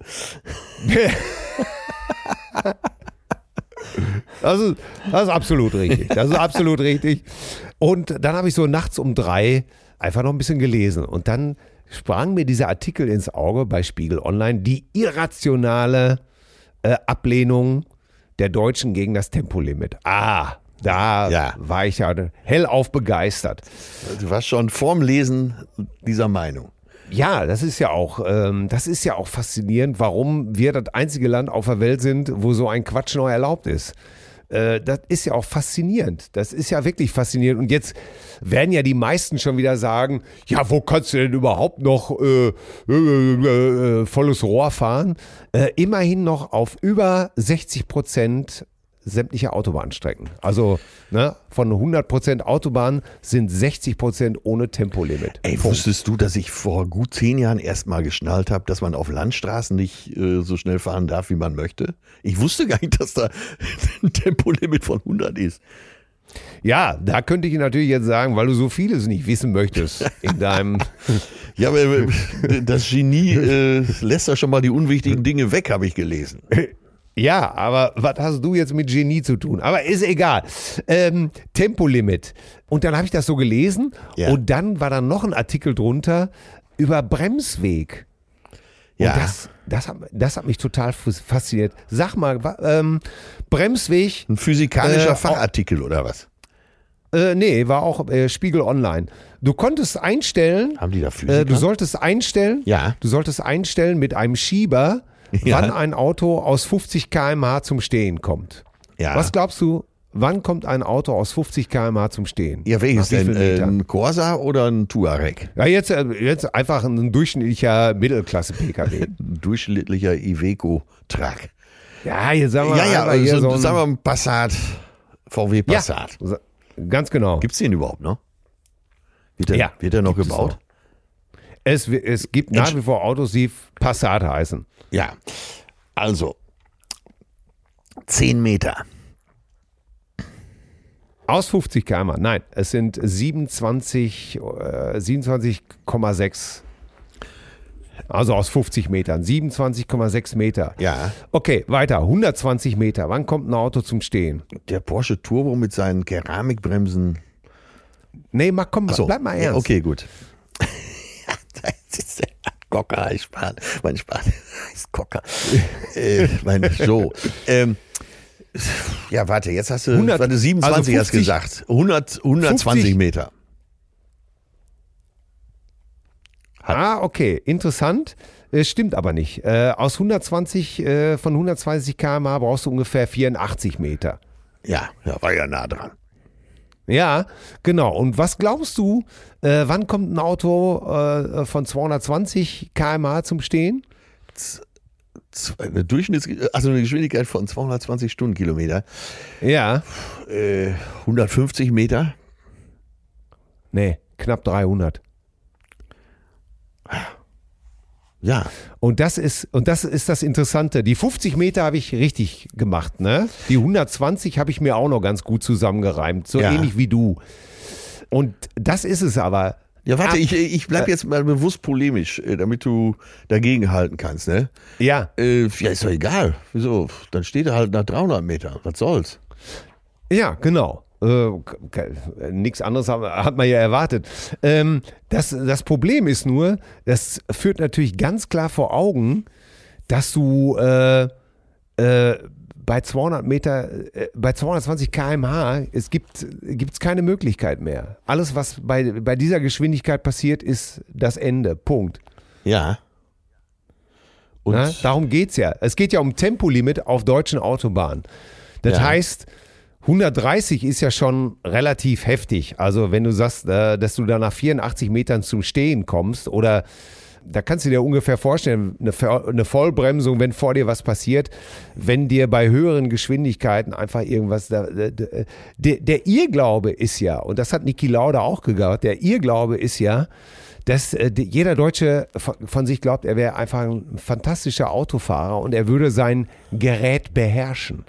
Das ist, das ist absolut richtig. Das ist absolut richtig. Und dann habe ich so nachts um drei einfach noch ein bisschen gelesen. Und dann sprang mir dieser Artikel ins Auge bei Spiegel Online, die irrationale äh, Ablehnung der Deutschen gegen das Tempolimit. Ah, da Ja. war ich ja hellauf begeistert. Du warst schon vorm Lesen dieser Meinung. Ja, das ist ja auch, ähm, das ist ja auch faszinierend, warum wir das einzige Land auf der Welt sind, wo so ein Quatsch noch erlaubt ist. Äh, das ist ja auch faszinierend. Das ist ja wirklich faszinierend. Und jetzt werden ja die meisten schon wieder sagen, ja, wo kannst du denn überhaupt noch äh, äh, äh, volles Rohr fahren? Äh, immerhin noch auf über sechzig Prozent sämtliche Autobahnstrecken. Also ne, von hundert Prozent Autobahn sind sechzig Prozent ohne Tempolimit. Ey, Punkt. wusstest du, dass ich vor gut zehn Jahren erst mal geschnallt habe, dass man auf Landstraßen nicht äh, so schnell fahren darf, wie man möchte? Ich wusste gar nicht, dass da ein Tempolimit von hundert ist. Ja, da könnte ich natürlich jetzt sagen, weil du so vieles nicht wissen möchtest in deinem... Ja, aber äh, das Genie äh, lässt da schon mal die unwichtigen Dinge weg, habe ich gelesen. Ja, aber was hast du jetzt mit Genie zu tun? Aber ist egal. Ähm, Tempolimit. Und dann habe ich das so gelesen Ja. und dann war da noch ein Artikel drunter über Bremsweg. Und Ja. das, das, hat, das hat mich total fasziniert. Sag mal, wa- ähm, Bremsweg, Ein physikalischer Äh, Fachartikel oder was? äh, nee, war auch äh, Spiegel Online. Du konntest einstellen, Haben die da Physiker? äh, du solltest einstellen, Ja. du solltest einstellen mit einem Schieber, Ja. wann ein Auto aus fünfzig Kilometer pro Stunde zum Stehen kommt. Ja. Was glaubst du, wann kommt ein Auto aus fünfzig Kilometer pro Stunde zum Stehen? Ja, welches Nach wie denn? viel Äh, Metern? ein Corsa oder ein Touareg? Ja, jetzt, äh, jetzt einfach ein durchschnittlicher Mittelklasse-P K W. Ein durchschnittlicher Iveco-Truck. Ja, jetzt sagen wir Ja, ja, einfach hier also, so ein, sagen wir ein Passat, V W Passat. Ja, ganz genau. Gibt's den überhaupt noch? Wird der, Ja, wird der noch gibt es gebaut? Es, es gibt nach wie vor Autos, die Passat heißen. Ja. Also, zehn Meter. Aus fünfzig Kilometer pro Stunde. Nein, es sind siebenundzwanzig, äh, siebenundzwanzig Komma sechs. Also aus fünfzig Metern. siebenundzwanzig Komma sechs Meter. Ja. Okay, weiter. hundertzwanzig Meter. Wann kommt ein Auto zum Stehen? Der Porsche Turbo mit seinen Keramikbremsen. Nee, mach, komm, So, bleib mal ja, ernst. okay, gut. Das ist der Cocker, ich spare, mein Spar heißt Cocker. äh, mein, so. Ähm, ja, warte, jetzt hast du hundert, warte, siebenundzwanzig also hast gesagt. hundert, hundertzwanzig fünfzig Meter. Ah, okay, interessant. Äh, stimmt aber nicht. Äh, aus hundertzwanzig, äh, von hundertzwanzig Kilometer pro Stunde brauchst du ungefähr vierundachtzig Meter. Ja, ja, war ja nah dran. Ja, genau. Und was glaubst du, äh, wann kommt ein Auto äh, von zweihundertzwanzig Kilometer pro Stunde zum Stehen? Eine Durchschnitts, also eine Geschwindigkeit von zweihundertzwanzig Stundenkilometer. Ja. Äh, hundertfünfzig Meter. Nee, knapp dreihundert. Ja. Und das ist, und das ist das Interessante. Die fünfzig Meter habe ich richtig gemacht, ne? Die hundertzwanzig habe ich mir auch noch ganz gut zusammengereimt. So Ja. ähnlich wie du. Und das ist es aber. Ja, warte, Ab- ich, ich bleib jetzt mal bewusst polemisch, äh, damit du dagegen halten kannst, ne? Ja. Äh, ja, ist doch egal. Wieso? Dann steht er halt nach dreihundert Metern. Was soll's? Ja, genau. Äh, nichts anderes hat, hat man ja erwartet. Ähm, das, das Problem ist nur, das führt natürlich ganz klar vor Augen, dass du äh, äh, bei zweihundert Meter, äh, bei zweihundertzwanzig Kilometer pro Stunde, es gibt gibt's keine Möglichkeit mehr. Alles, was bei, bei dieser Geschwindigkeit passiert, ist das Ende. Punkt. Ja. Und Na, darum geht's ja. Es geht ja um Tempolimit auf deutschen Autobahnen. Das Ja. heißt, hundertdreißig ist ja schon relativ heftig. Also wenn du sagst, äh, dass du da nach vierundachtzig Metern zum Stehen kommst oder da kannst du dir ungefähr vorstellen, eine, Ver- eine Vollbremsung, wenn vor dir was passiert, wenn dir bei höheren Geschwindigkeiten einfach irgendwas, da, da, der, der Irrglaube ist ja, und das hat Niki Lauda auch gesagt, der Irrglaube ist ja, dass äh, die- jeder Deutsche von, von sich glaubt, er wäre einfach ein fantastischer Autofahrer und er würde sein Gerät beherrschen.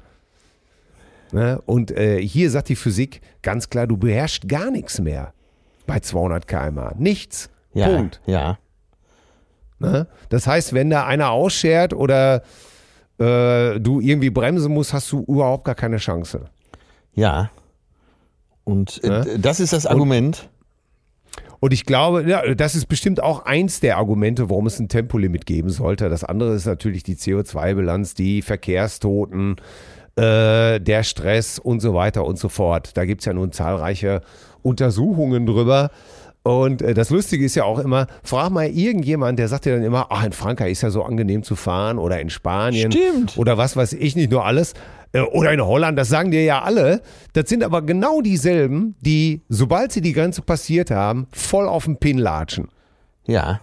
Ne? Und äh, hier sagt die Physik ganz klar, du beherrschst gar nichts mehr bei zweihundert Kilometer pro Stunde. Nichts. ja, Punkt. ja. Ne? Das heißt, wenn da einer ausschert oder äh, du irgendwie bremsen musst, hast du überhaupt gar keine Chance. Ja. Und äh, Ne? das ist das Argument. Und ich glaube, ja, das ist bestimmt auch eins der Argumente, warum es ein Tempolimit geben sollte. Das andere ist natürlich die C O zwei Bilanz, die Verkehrstoten, äh, der Stress und so weiter und so fort. Da gibt es ja nun zahlreiche Untersuchungen drüber. Und äh, das Lustige ist ja auch immer, frag mal irgendjemand, der sagt dir dann immer, ach, in Frankreich ist ja so angenehm zu fahren oder in Spanien Stimmt. oder was weiß ich nicht, nur alles. Äh, Oder in Holland, das sagen dir ja alle. Das sind aber genau dieselben, die, sobald sie die Grenze passiert haben, voll auf den Pin latschen. Ja.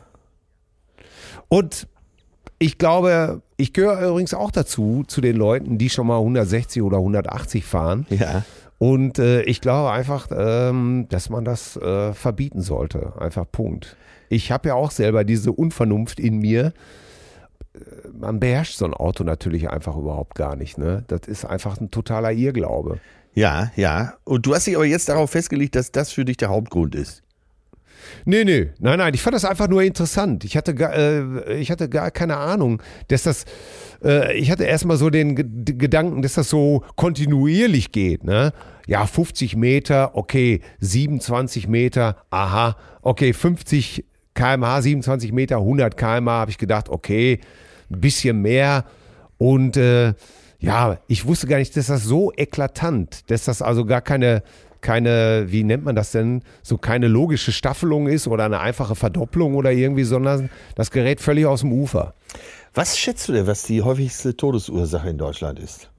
Und ich glaube, ich gehöre übrigens auch dazu, zu den Leuten, die schon mal hundertsechzig oder hundertachtzig fahren. Ja. Und äh, ich glaube einfach, ähm, dass man das äh, verbieten sollte. Einfach Punkt. Ich habe ja auch selber diese Unvernunft in mir. Äh, Man beherrscht so ein Auto natürlich einfach überhaupt gar nicht. Ne? Das ist einfach ein totaler Irrglaube. Ja, ja. Und du hast dich aber jetzt darauf festgelegt, dass das für dich der Hauptgrund ist. Nee, nee, nein, nein, ich fand das einfach nur interessant. Ich hatte gar, äh, ich hatte gar keine Ahnung, dass das, äh, ich hatte erstmal so den G- Gedanken, dass das so kontinuierlich geht, ne? Ja, fünfzig Meter, okay, siebenundzwanzig Meter, aha, okay, fünfzig Kilometer pro Stunde, siebenundzwanzig Meter, hundert Kilometer pro Stunde, habe ich gedacht, okay, ein bisschen mehr und äh, ja, ich wusste gar nicht, dass das so eklatant, dass das also gar keine keine, wie nennt man das denn, so keine logische Staffelung ist oder eine einfache Verdopplung oder irgendwie, sondern das gerät völlig aus dem Ufer. Was schätzt du denn, was die häufigste Todesursache in Deutschland ist?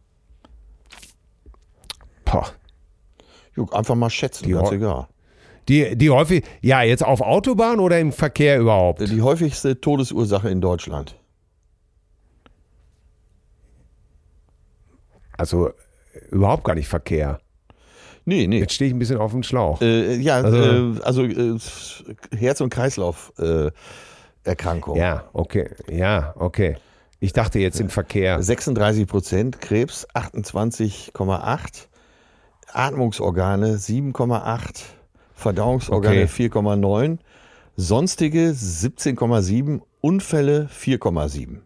Boah. Jo, einfach mal schätzen, Die ganz Hau- egal. Die, die häufig, ja, jetzt auf Autobahn oder im Verkehr überhaupt? Die häufigste Todesursache in Deutschland. Also überhaupt gar nicht Verkehr. Nee, nee. Jetzt stehe ich ein bisschen auf dem Schlauch. Äh, ja, Also- äh, also äh, Herz- und Kreislauferkrankung. Äh, Erkrankung. Ja, okay, ja, okay. Ich dachte jetzt im Verkehr. sechsunddreißig Prozent Krebs, achtundzwanzig Komma acht. Atmungsorgane sieben Komma acht, Verdauungsorgane Okay. vier Komma neun, sonstige siebzehn Komma sieben, Unfälle vier Komma sieben.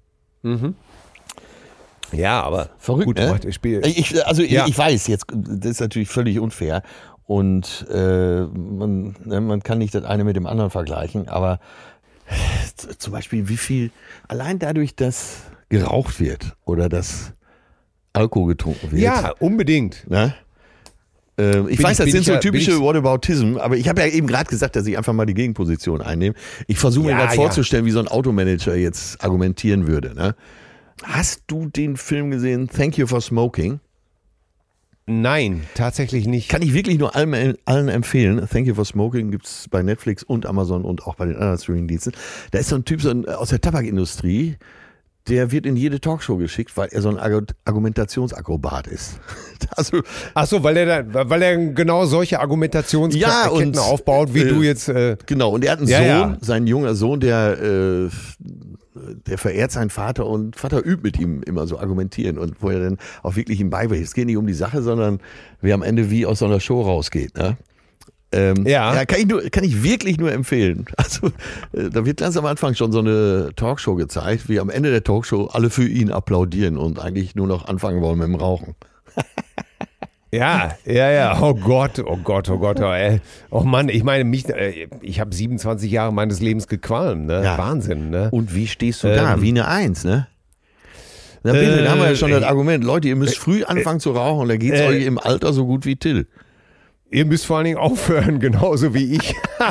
Ja, aber Verrückt, gut, ne? heute Spiel. Ich, also Ja. ich, ich weiß, jetzt, das ist natürlich völlig unfair und äh, man, ne, man kann nicht das eine mit dem anderen vergleichen, aber z- zum Beispiel wie viel, allein dadurch, dass geraucht wird oder dass Alkohol getrunken wird. Ja, unbedingt. Ne? Ähm, ich Bin weiß, ich- das bin sind ich so ja- bin typische ich- Whataboutism, aber ich habe ja eben gerade gesagt, dass ich einfach mal die Gegenposition einnehme. Ich versuche mir Ja, gerade ja. vorzustellen, wie so ein Automanager jetzt argumentieren würde. Ne? Hast du den Film gesehen, Thank You for Smoking? Nein, tatsächlich nicht. Kann ich wirklich nur allen, allen empfehlen. Thank You for Smoking gibt es bei Netflix und Amazon und auch bei den anderen Streaming-Diensten. Da ist so ein Typ so ein, aus der Tabakindustrie, der wird in jede Talkshow geschickt, weil er so ein Argu- Argumentationsakrobat ist. Also, Ach so, weil er da, weil er genau solche Argumentationsketten Ja, und, aufbaut, wie äh, du jetzt. Äh, genau, und er hat einen Ja, Sohn, ja. sein junger Sohn, der, äh, der verehrt seinen Vater und Vater übt mit ihm immer so argumentieren und wo er dann auch wirklich ihm beibringt. Es geht nicht um die Sache, sondern wer am Ende wie aus so einer Show rausgeht. Ne? Ähm, Ja. kann ich, nur, kann ich wirklich nur empfehlen. Also, äh, da wird ganz am Anfang schon so eine Talkshow gezeigt, wie am Ende der Talkshow alle für ihn applaudieren und eigentlich nur noch anfangen wollen mit dem Rauchen. ja, ja, ja. Oh Gott, oh Gott, oh Gott. Oh, ey. Oh Mann, ich meine, mich, äh, ich habe siebenundzwanzig Jahre meines Lebens gequalmt. Ne? Ja. Wahnsinn, ne? Und wie stehst du da? Ähm, Wie eine Eins, ne? Na bitte, da haben wir ja schon Äh, das Argument. Leute, ihr müsst früh anfangen zu rauchen, da geht's äh, euch im Alter so gut wie Till. Ihr müsst vor allen Dingen aufhören, genauso wie ich.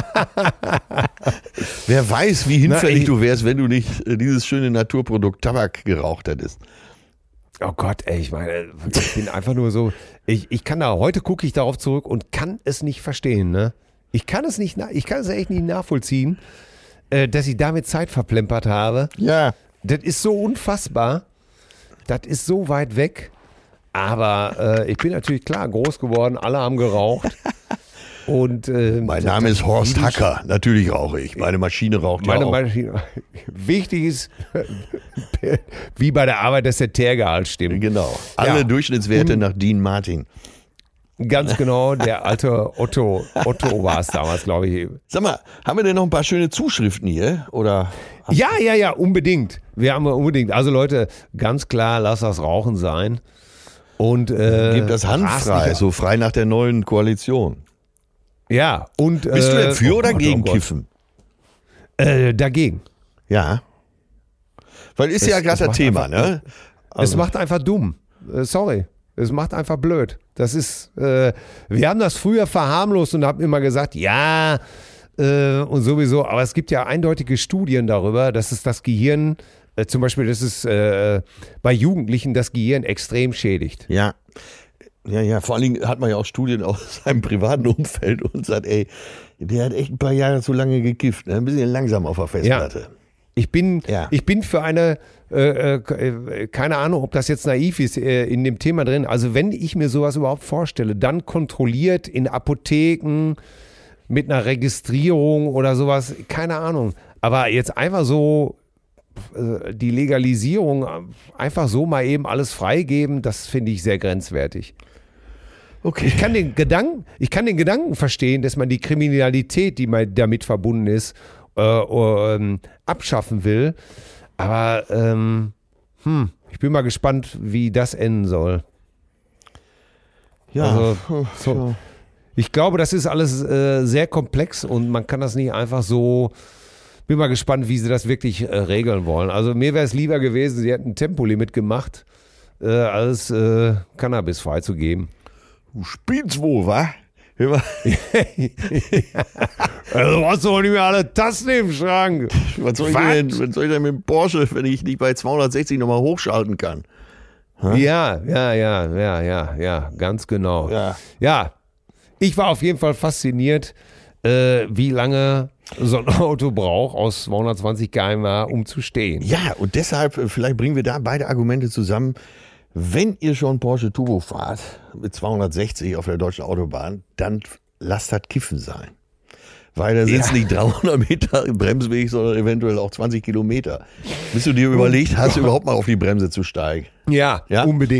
Wer weiß, wie hinfällig Na, ich- du wärst, wenn du nicht äh, dieses schöne Naturprodukt Tabak geraucht hättest. Oh Gott, ey, ich meine, ich bin einfach nur so, ich, ich kann da, heute gucke ich darauf zurück und kann es nicht verstehen, ne? Ich kann es nicht, na- ich kann es echt nicht nachvollziehen, äh, dass ich damit Zeit verplempert habe. Ja. Das ist so unfassbar. Das ist so weit weg. Aber äh, ich bin natürlich klar groß geworden, alle haben geraucht. Und, äh, Mein Name ist Horst Hacker. Natürlich rauche ich. Meine Maschine raucht Meine ja auch. Maschine. Wichtig ist, wie bei der Arbeit, dass der Teergehalt stimmt. Genau. Alle Ja. Durchschnittswerte nach Dean Martin. Ganz genau, der alte Otto, Otto war es damals, glaube ich. Sag mal, haben wir denn noch ein paar schöne Zuschriften hier? Oder? Ja, ja, ja, unbedingt. Wir haben unbedingt. Also Leute, ganz klar, lass das Rauchen sein. Und äh, Gebt das Hand rast frei, nicht- so frei nach der neuen Koalition. Ja, und. Bist du äh, denn für oh oder Gott, gegen oh Gott. Kiffen? Äh, dagegen. Ja. Weil ist Es- ja gerade es das macht Thema, einfach- ne? Es macht einfach dumm. Äh, sorry. Es macht einfach blöd. Das ist, äh, wir haben das früher verharmlost und haben immer gesagt, ja, äh, und sowieso, aber es gibt ja eindeutige Studien darüber, dass es das Gehirn, äh, zum Beispiel, dass es äh, bei Jugendlichen das Gehirn extrem schädigt. Ja. Ja, ja, vor allen Dingen hat man ja auch Studien aus seinem privaten Umfeld und sagt, ey, der hat echt ein paar Jahre zu lange gekifft, ne? Ein bisschen langsam auf der Festplatte. Ich bin, Ja. ich bin für eine, äh, äh, keine Ahnung, ob das jetzt naiv ist, äh, in dem Thema drin. Also wenn ich mir sowas überhaupt vorstelle, dann kontrolliert in Apotheken mit einer Registrierung oder sowas, keine Ahnung. Aber jetzt einfach so äh, die Legalisierung, äh, einfach so mal eben alles freigeben, das finde ich sehr grenzwertig. Okay. Ich kann den Gedanken, ich kann den Gedanken verstehen, dass man die Kriminalität, die mal damit verbunden ist, äh, ähm, abschaffen will. Aber ähm, hm, ich bin mal gespannt, wie das enden soll. Ja. Also, so, ich glaube, das ist alles äh, sehr komplex und man kann das nicht einfach so. Bin mal gespannt, wie sie das wirklich äh, regeln wollen. Also mir wäre es lieber gewesen, sie hätten ein Tempolimit gemacht, äh, als äh, Cannabis freizugeben. Du spielst wohl, wa? Hör mal, Also du hast doch nicht mehr alle Tasten im Schrank. was soll, ich Was? denn, was soll ich denn mit dem Porsche, wenn ich nicht bei zweihundertsechzig nochmal hochschalten kann? Ja, ja, ja, ja, ja, ja, ganz genau. Ja. Ja, ich war auf jeden Fall fasziniert, äh, wie lange so ein Auto braucht aus zweihundertzwanzig Kilometer pro Stunde, um zu stehen. Ja, und deshalb, äh, vielleicht bringen wir da beide Argumente zusammen. Wenn ihr schon Porsche Turbo fahrt mit zweihundertsechzig auf der deutschen Autobahn, dann lasst das Kiffen sein. Weil da sind es Ja. nicht dreihundert Meter im Bremsweg, sondern eventuell auch zwanzig Kilometer. Bis du dir überlegt hast, überhaupt mal auf die Bremse zu steigen. Ja, Ja? unbedingt.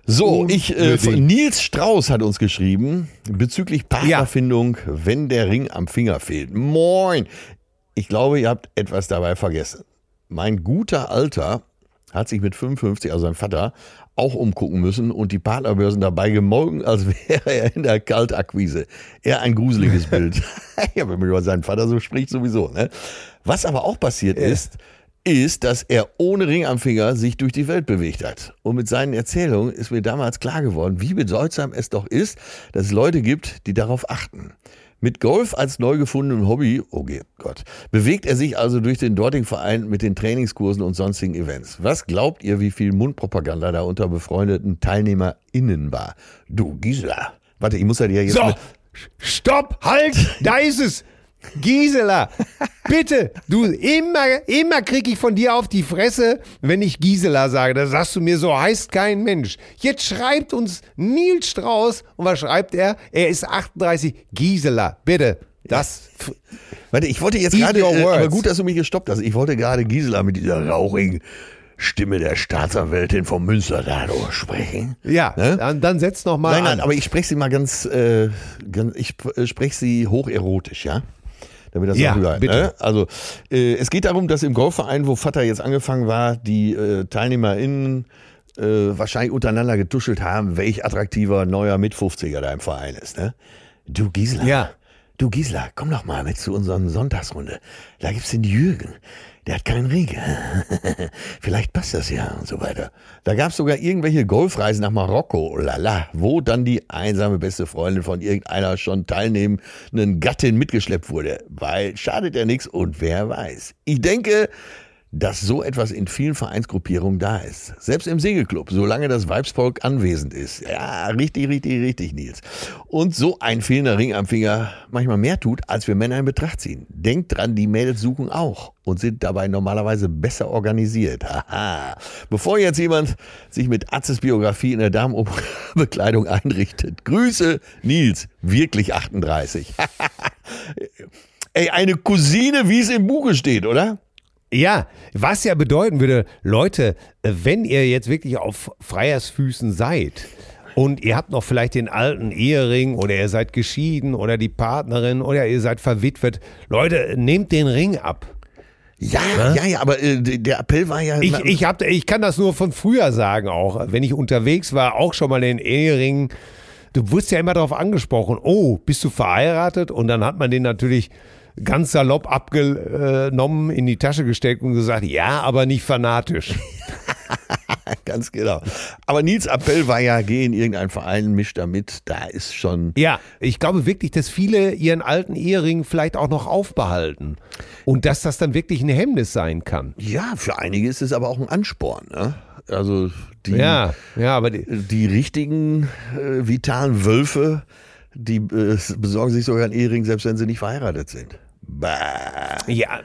So, ich, äh, Nils Strauß hat uns geschrieben, bezüglich Partnerfindung, ja. wenn der Ring am Finger fehlt. Moin! Ich glaube, ihr habt etwas dabei vergessen. Mein guter Alter hat sich mit fünfundfünfzig, also sein Vater, auch umgucken müssen und die Partnerbörsen dabei gemolken, als wäre er in der Kaltakquise. Eher ein gruseliges Bild. Ja, wenn man über seinen Vater so spricht, sowieso. Ne? Was aber auch passiert ja. ist, ist, dass er ohne Ring am Finger sich durch die Welt bewegt hat. Und mit seinen Erzählungen ist mir damals klar geworden, wie bedeutsam es doch ist, dass es Leute gibt, die darauf achten. Mit Golf als neu gefundenem Hobby, oh Gott, bewegt er sich also durch den dortigen Verein mit den Trainingskursen und sonstigen Events. Was glaubt ihr, wie viel Mundpropaganda da unter befreundeten TeilnehmerInnen war? Du, Gisela. Warte, ich muss ja dir jetzt... So, stopp, halt, da ist es. Gisela, bitte, du, immer, immer krieg ich von dir auf die Fresse, wenn ich Gisela sage. Da sagst du mir, so heißt kein Mensch. Jetzt schreibt uns Nils Strauß, und was schreibt er? Er ist achtunddreißig. Gisela, bitte, das... Warte, ich wollte jetzt gerade, äh, aber gut, dass du mich gestoppt hast. Ich wollte gerade Gisela mit dieser rauchigen Stimme der Staatsanwältin vom Münstertator sprechen. Ja, ne? dann, dann setz noch mal Nein, nein, an. aber ich spreche sie mal ganz, äh, ganz ich spreche sie hocherotisch, ja? Damit das ja, auch über, bitte. Ne? Also, äh, es geht darum, dass im Golfverein, wo Vater jetzt angefangen war, die äh, TeilnehmerInnen äh, wahrscheinlich untereinander getuschelt haben, welch attraktiver neuer Mitfünfziger da im Verein ist. Ne? Du Gisela, ja. du Gisela, komm doch mal mit zu unserer Sonntagsrunde. Da gibt's den Jürgen. Der hat keinen Ring. Vielleicht passt das ja und so weiter. Da gab es sogar irgendwelche Golfreisen nach Marokko, lala, wo dann die einsame beste Freundin von irgendeiner schon teilnehmenden Gattin mitgeschleppt wurde. Weil schadet ja nichts und wer weiß. Ich denke, dass so etwas in vielen Vereinsgruppierungen da ist. Selbst im Segelclub, solange das Weibsvolk anwesend ist. Ja, richtig, richtig, richtig, Nils. Und so ein fehlender Ring am Finger manchmal mehr tut, als wir Männer in Betracht ziehen. Denkt dran, die Mädels suchen auch und sind dabei normalerweise besser organisiert. Haha. Bevor jetzt jemand sich mit Atzes Biografie in der Damenbekleidung einrichtet. Grüße, Nils, wirklich achtunddreißig. Ey, eine Cousine, wie es im Buche steht, oder? Ja, was ja bedeuten würde, Leute, wenn ihr jetzt wirklich auf Freiersfüßen seid und ihr habt noch vielleicht den alten Ehering oder ihr seid geschieden oder die Partnerin oder ihr seid verwitwet, Leute, nehmt den Ring ab. Ja, ja, ja, ja, aber äh, der Appell war ja... Ich, ich, hab, ich kann das nur von früher sagen auch, wenn ich unterwegs war, auch schon mal den Ehering. Du wurdest ja immer darauf angesprochen, oh, bist du verheiratet? Und dann hat man den natürlich ganz salopp abgenommen, in die Tasche gesteckt und gesagt, ja, aber nicht fanatisch. Ganz genau. Aber Nils Appell war ja, geh in irgendeinen Verein, misch da mit, da ist schon... Ja, ich glaube wirklich, dass viele ihren alten Ehering vielleicht auch noch aufbehalten und dass das dann wirklich ein Hemmnis sein kann. Ja, für einige ist es aber auch ein Ansporn, ne? Also die, ja, ja, aber die, die richtigen äh, vitalen Wölfe, die äh, besorgen sich sogar einen Ehering, selbst wenn sie nicht verheiratet sind. Bah. Ja,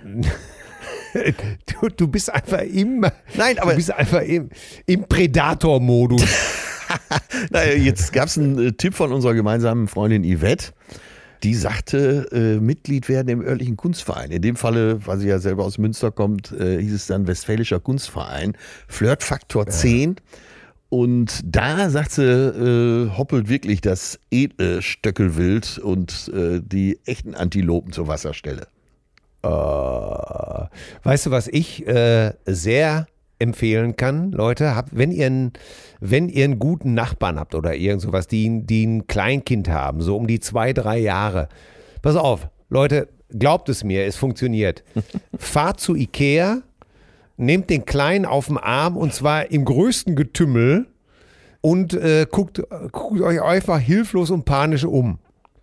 du, du bist einfach immer, Nein, aber du bist einfach im, im Predator-Modus. Naja, jetzt gab es einen äh, Tipp von unserer gemeinsamen Freundin Yvette. Die sagte, äh, Mitglied werden im örtlichen Kunstverein. In dem Falle, weil sie ja selber aus Münster kommt, äh, hieß es dann Westfälischer Kunstverein. Flirtfaktor ja. zehn. Und da, sagt sie, äh, hoppelt wirklich das edle Stöckelwild und äh, die echten Antilopen zur Wasserstelle. Äh, weißt du, was ich äh, sehr empfehlen kann, Leute, habt, wenn ihr einen, wenn ihr einen guten Nachbarn habt oder irgend sowas, die, die ein Kleinkind haben, so um die zwei, drei Jahre. Pass auf, Leute, glaubt es mir, es funktioniert. Fahrt zu Ikea, nehmt den Kleinen auf den Arm und zwar im größten Getümmel und äh, guckt, guckt euch einfach hilflos und panisch um.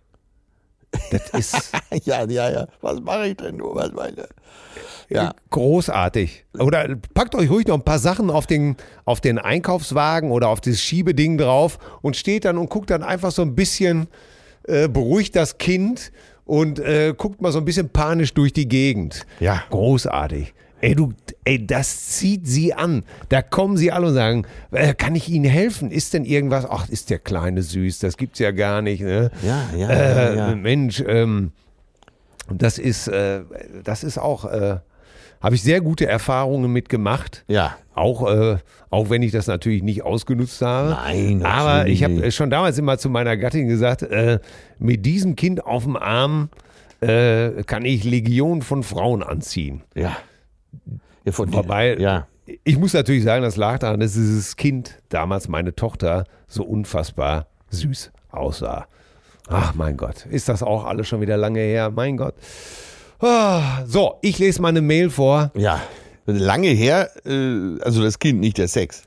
Das ist... ja, ja, ja. Was mache ich denn nur? Was meine? Ja. Großartig. Oder packt euch ruhig noch ein paar Sachen auf den, auf den Einkaufswagen oder auf das Schiebeding drauf und steht dann und guckt dann einfach so ein bisschen, äh, beruhigt das Kind und äh, guckt mal so ein bisschen panisch durch die Gegend. Ja. Großartig. Ey, du, ey, das zieht sie an. Da kommen sie alle und sagen, äh, kann ich Ihnen helfen? Ist denn irgendwas? Ach, ist der Kleine süß, das gibt's ja gar nicht. Ne? Ja, ja, äh, ja, ja. Mensch, ähm, das ist, äh, das ist auch, äh, Habe ich sehr gute Erfahrungen mitgemacht. Ja. Auch, äh, auch wenn ich das natürlich nicht ausgenutzt habe. Nein, aber ich habe nicht. schon damals immer zu meiner Gattin gesagt, äh, mit diesem Kind auf dem Arm äh, kann ich Legion von Frauen anziehen. Ja. ja von Wobei, ja. ich muss natürlich sagen, das lag daran, dass dieses Kind, damals meine Tochter, so unfassbar süß aussah. Ach mein Gott, ist das auch alles schon wieder lange her? Mein Gott. Ah, so, ich lese mal eine Mail vor. Ja. Lange her, äh, also das Kind, nicht der Sex.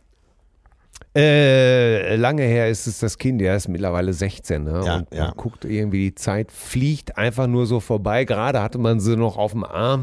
Äh, lange her ist es das Kind, der ist mittlerweile sechzehn, ne? Ja, und ja. man guckt irgendwie, die Zeit fliegt einfach nur so vorbei. Gerade hatte man sie noch auf dem Arm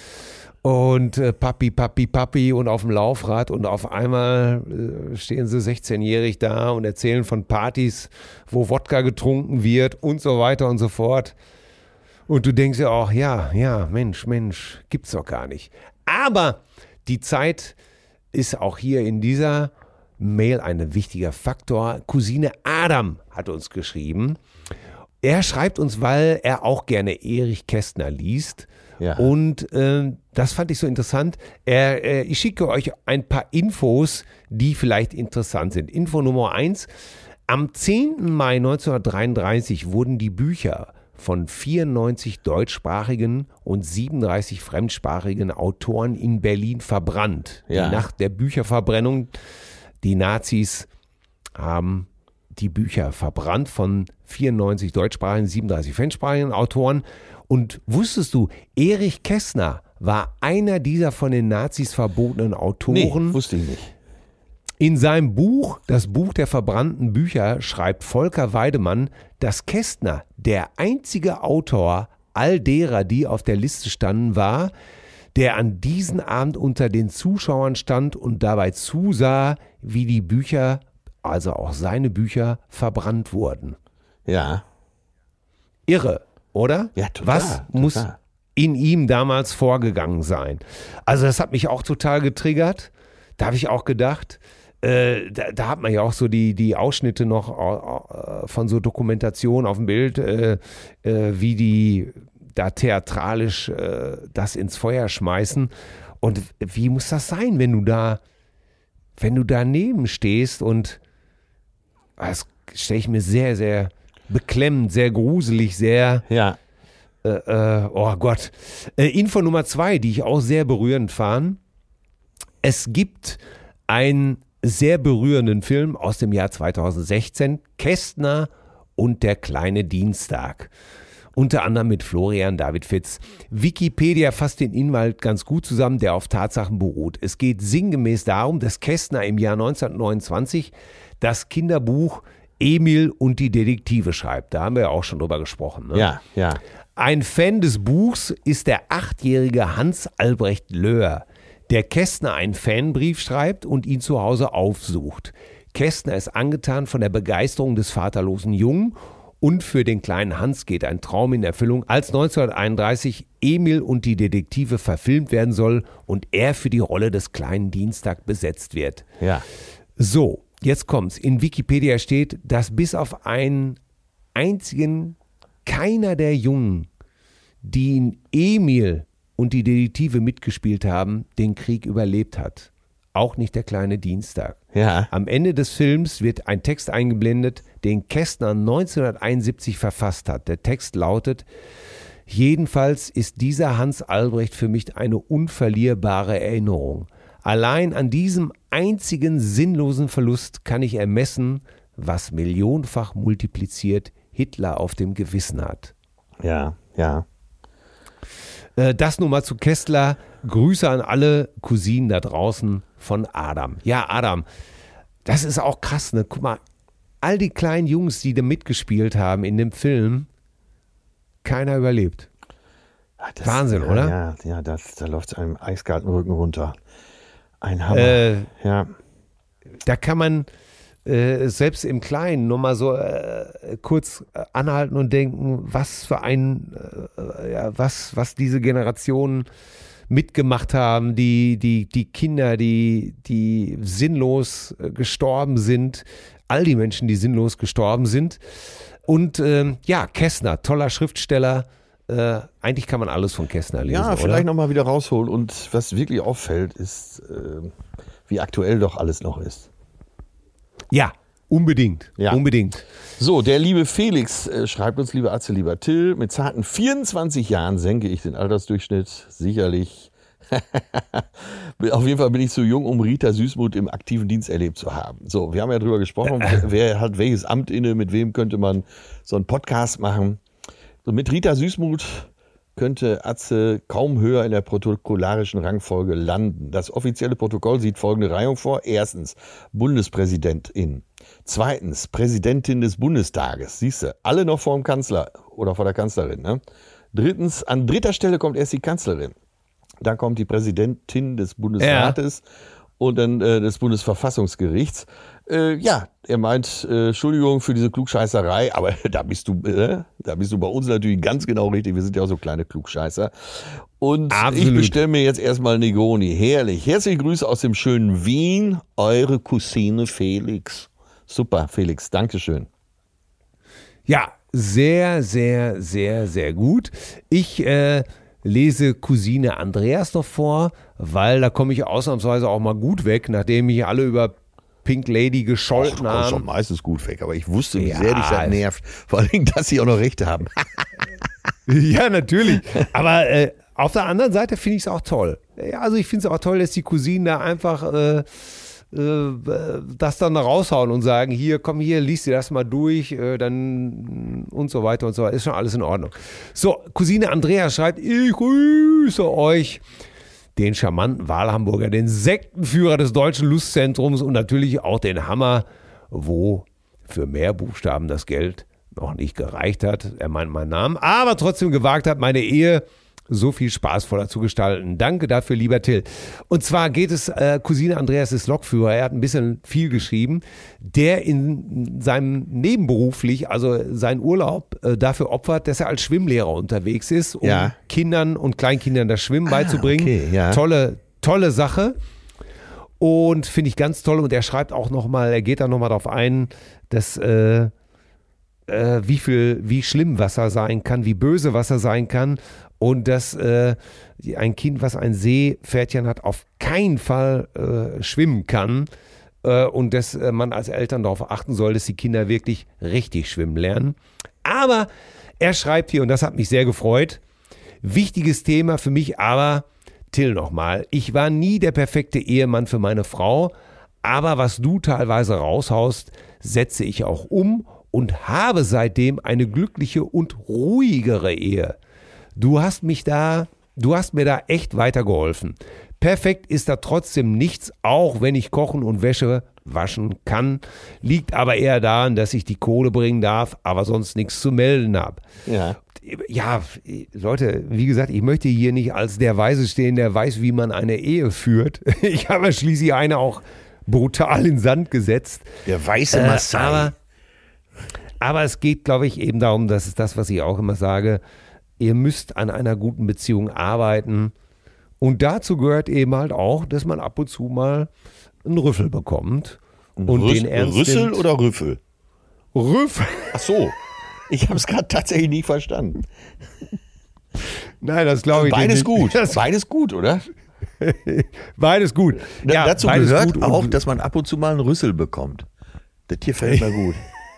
und äh, Papi, Papi, Papi und auf dem Laufrad und auf einmal äh, stehen sie sechzehnjährig da und erzählen von Partys, wo Wodka getrunken wird und so weiter und so fort. Und du denkst ja auch, ja, ja, Mensch, Mensch, gibt's doch gar nicht. Aber die Zeit ist auch hier in dieser Mail ein wichtiger Faktor. Cousine Adam hat uns geschrieben. Er schreibt uns, weil er auch gerne Erich Kästner liest. Ja. Und äh, das fand ich so interessant. Er, äh, ich schicke euch ein paar Infos, die vielleicht interessant sind. Info Nummer eins. Am zehnten Mai neunzehnhundertdreiunddreißig wurden die Bücher von vierundneunzig deutschsprachigen und siebenunddreißig fremdsprachigen Autoren in Berlin verbrannt. Ja. Die Nacht der Bücherverbrennung. Die Nazis haben die Bücher verbrannt von vierundneunzig deutschsprachigen, siebenunddreißig fremdsprachigen Autoren. Und wusstest du, Erich Kästner war einer dieser von den Nazis verbotenen Autoren? Nee, wusste ich nicht. In seinem Buch, das Buch der verbrannten Bücher, schreibt Volker Weidemann, dass Kästner der einzige Autor all derer, die auf der Liste standen, war, der an diesem Abend unter den Zuschauern stand und dabei zusah, wie die Bücher, also auch seine Bücher, verbrannt wurden. Ja. Irre, oder? Ja, total. Was total. muss in ihm damals vorgegangen sein? Also das hat mich auch total getriggert. Da habe ich auch gedacht, äh, da, da hat man ja auch so die, die Ausschnitte noch äh, von so Dokumentationen auf dem Bild, äh, äh, wie die da theatralisch äh, das ins Feuer schmeißen. Und wie muss das sein, wenn du da, wenn du daneben stehst und das stelle ich mir sehr, sehr beklemmend, sehr gruselig, sehr, Ja. äh, äh, oh Gott. Äh, Info Nummer zwei, die ich auch sehr berührend fand. Es gibt einen sehr berührenden Film aus dem Jahr zweitausendsechzehn, Kästner und der kleine Dienstag. Unter anderem mit Florian David Fitz. Wikipedia fasst den Inhalt ganz gut zusammen, der auf Tatsachen beruht. Es geht sinngemäß darum, dass Kästner im Jahr neunzehnhundertneunundzwanzig das Kinderbuch Emil und die Detektive schreibt. Da haben wir ja auch schon drüber gesprochen. Ne? Ja, ja. Ein Fan des Buchs ist der achtjährige Hans Albrecht Löhr, der Kästner einen Fanbrief schreibt und ihn zu Hause aufsucht. Kästner ist angetan von der Begeisterung des vaterlosen Jungen und für den kleinen Hans geht ein Traum in Erfüllung, als neunzehnhunderteinunddreißig Emil und die Detektive verfilmt werden soll und er für die Rolle des kleinen Dienstag besetzt wird. Ja. So, jetzt kommt's. In Wikipedia steht, dass bis auf einen einzigen, keiner der Jungen, die in Emil und die Detektive mitgespielt haben, den Krieg überlebt hat. Auch nicht der kleine Dienstag. Ja. Am Ende des Films wird ein Text eingeblendet, den Kästner neunzehnhunderteinundsiebzig verfasst hat. Der Text lautet: Jedenfalls ist dieser Hans Albrecht für mich eine unverlierbare Erinnerung. Allein an diesem einzigen sinnlosen Verlust kann ich ermessen, was millionenfach multipliziert Hitler auf dem Gewissen hat. Ja, ja. Äh, das nun mal zu Kästner. Grüße an alle Cousinen da draußen von Adam. Ja, Adam, das ist auch krass, ne? Guck mal, all die kleinen Jungs, die da mitgespielt haben in dem Film, keiner überlebt. Ach, das, Wahnsinn, ja, oder? Ja, ja, das, da läuft es einem eiskalten Rücken runter. Ein Hammer. Äh, ja. Da kann man äh, selbst im Kleinen nur mal so äh, kurz äh, anhalten und denken, was für ein, äh, ja, was, was diese Generationen mitgemacht haben, die, die, die Kinder, die, die sinnlos äh, gestorben sind, all die Menschen, die sinnlos gestorben sind. Und ähm, ja, Kästner, toller Schriftsteller, äh, eigentlich kann man alles von Kästner lesen, Ja, vielleicht oder? nochmal wieder rausholen. Und was wirklich auffällt, ist, äh, wie aktuell doch alles noch ist. Ja, unbedingt, Ja. unbedingt. So, der liebe Felix äh, schreibt uns, lieber Atze, lieber Till, mit zarten vierundzwanzig Jahren senke ich den Altersdurchschnitt sicherlich. Auf jeden Fall bin ich zu jung, um Rita Süßmuth im aktiven Dienst erlebt zu haben. So, wir haben ja drüber gesprochen, wer, wer hat welches Amt inne, mit wem könnte man so einen Podcast machen. So, mit Rita Süßmuth könnte Atze kaum höher in der protokollarischen Rangfolge landen. Das offizielle Protokoll sieht folgende Reihung vor. Erstens Bundespräsidentin. Zweitens Präsidentin des Bundestages. Siehst du, alle noch vor dem Kanzler oder vor der Kanzlerin. Ne? Drittens, an dritter Stelle kommt erst die Kanzlerin. Dann kommt die Präsidentin des Bundesrates ja. und dann äh, des Bundesverfassungsgerichts. Äh, ja, er meint, äh, Entschuldigung für diese Klugscheißerei, aber da bist du, äh, da bist du bei uns natürlich ganz genau richtig. Wir sind ja auch so kleine Klugscheißer. Und Absolut. Ich bestelle mir jetzt erstmal Negroni. Herrlich. Herzliche Grüße aus dem schönen Wien. Eure Cousine Felix. Super, Felix. Dankeschön. Ja, sehr, sehr, sehr, sehr gut. Ich äh, lese Cousine Andreas noch vor, weil da komme ich ausnahmsweise auch mal gut weg, nachdem mich alle über Pink Lady gescholten haben. Du kommst schon meistens gut weg, aber ich wusste, wie ja, sehr dich das nervt. Vor allem, dass sie auch noch Rechte haben. Ja, natürlich. Aber äh, auf der anderen Seite finde ich es auch toll. Ja, also ich finde es auch toll, dass die Cousinen da einfach äh, äh, das dann raushauen und sagen, hier, komm hier, lies dir das mal durch, äh, dann und so weiter und so weiter. Ist schon alles in Ordnung. So, Cousine Andrea schreibt, ich grüße euch. Den charmanten Wahlhamburger, den Sektenführer des Deutschen Lustzentrums und natürlich auch den Hammer, wo für mehr Buchstaben das Geld noch nicht gereicht hat. Er meint meinen Namen, aber trotzdem gewagt hat, meine Ehe so viel spaßvoller zu gestalten. Danke dafür, lieber Till. Und zwar geht es, äh, Cousine Andreas ist Lokführer, er hat ein bisschen viel geschrieben, der in seinem nebenberuflich, also seinen Urlaub äh, dafür opfert, dass er als Schwimmlehrer unterwegs ist, um ja. Kindern und Kleinkindern das Schwimmen ah, beizubringen. Okay, ja. Tolle, tolle Sache. Und finde ich ganz toll. Und er schreibt auch nochmal, er geht da nochmal drauf ein, dass äh, äh, wie viel, wie schlimm Wasser sein kann, wie böse Wasser sein kann. Und dass äh, ein Kind, was ein Seepferdchen hat, auf keinen Fall äh, schwimmen kann. Äh, und dass äh, man als Eltern darauf achten soll, dass die Kinder wirklich richtig schwimmen lernen. Aber er schreibt hier, und das hat mich sehr gefreut, wichtiges Thema für mich, aber Till nochmal, ich war nie der perfekte Ehemann für meine Frau, aber was du teilweise raushaust, setze ich auch um und habe seitdem eine glückliche und ruhigere Ehe. Du hast mich da, du hast mir da echt weitergeholfen. Perfekt ist da trotzdem nichts, auch wenn ich kochen und Wäsche waschen kann. Liegt aber eher daran, dass ich die Kohle bringen darf, aber sonst nichts zu melden habe. Ja. Ja, Leute, wie gesagt, ich möchte hier nicht als der Weise stehen, der weiß, wie man eine Ehe führt. Ich habe schließlich eine auch brutal in Sand gesetzt. Der weiße Maasai. Äh, aber, aber es geht, glaube ich, eben darum, das ist das, was ich auch immer sage, ihr müsst an einer guten Beziehung arbeiten. Und dazu gehört eben halt auch, dass man ab und zu mal einen Rüffel bekommt. Und Rüss, den ernst Rüssel nimmt. oder Rüffel? Rüffel. Ach so, ich habe es gerade tatsächlich nie verstanden. Nein, das glaube ich Beides nicht. gut, Das, beides gut, oder? beides gut. Ja, dazu beides gehört gut auch, dass man ab und zu mal einen Rüssel bekommt. Das hier fällt mir gut.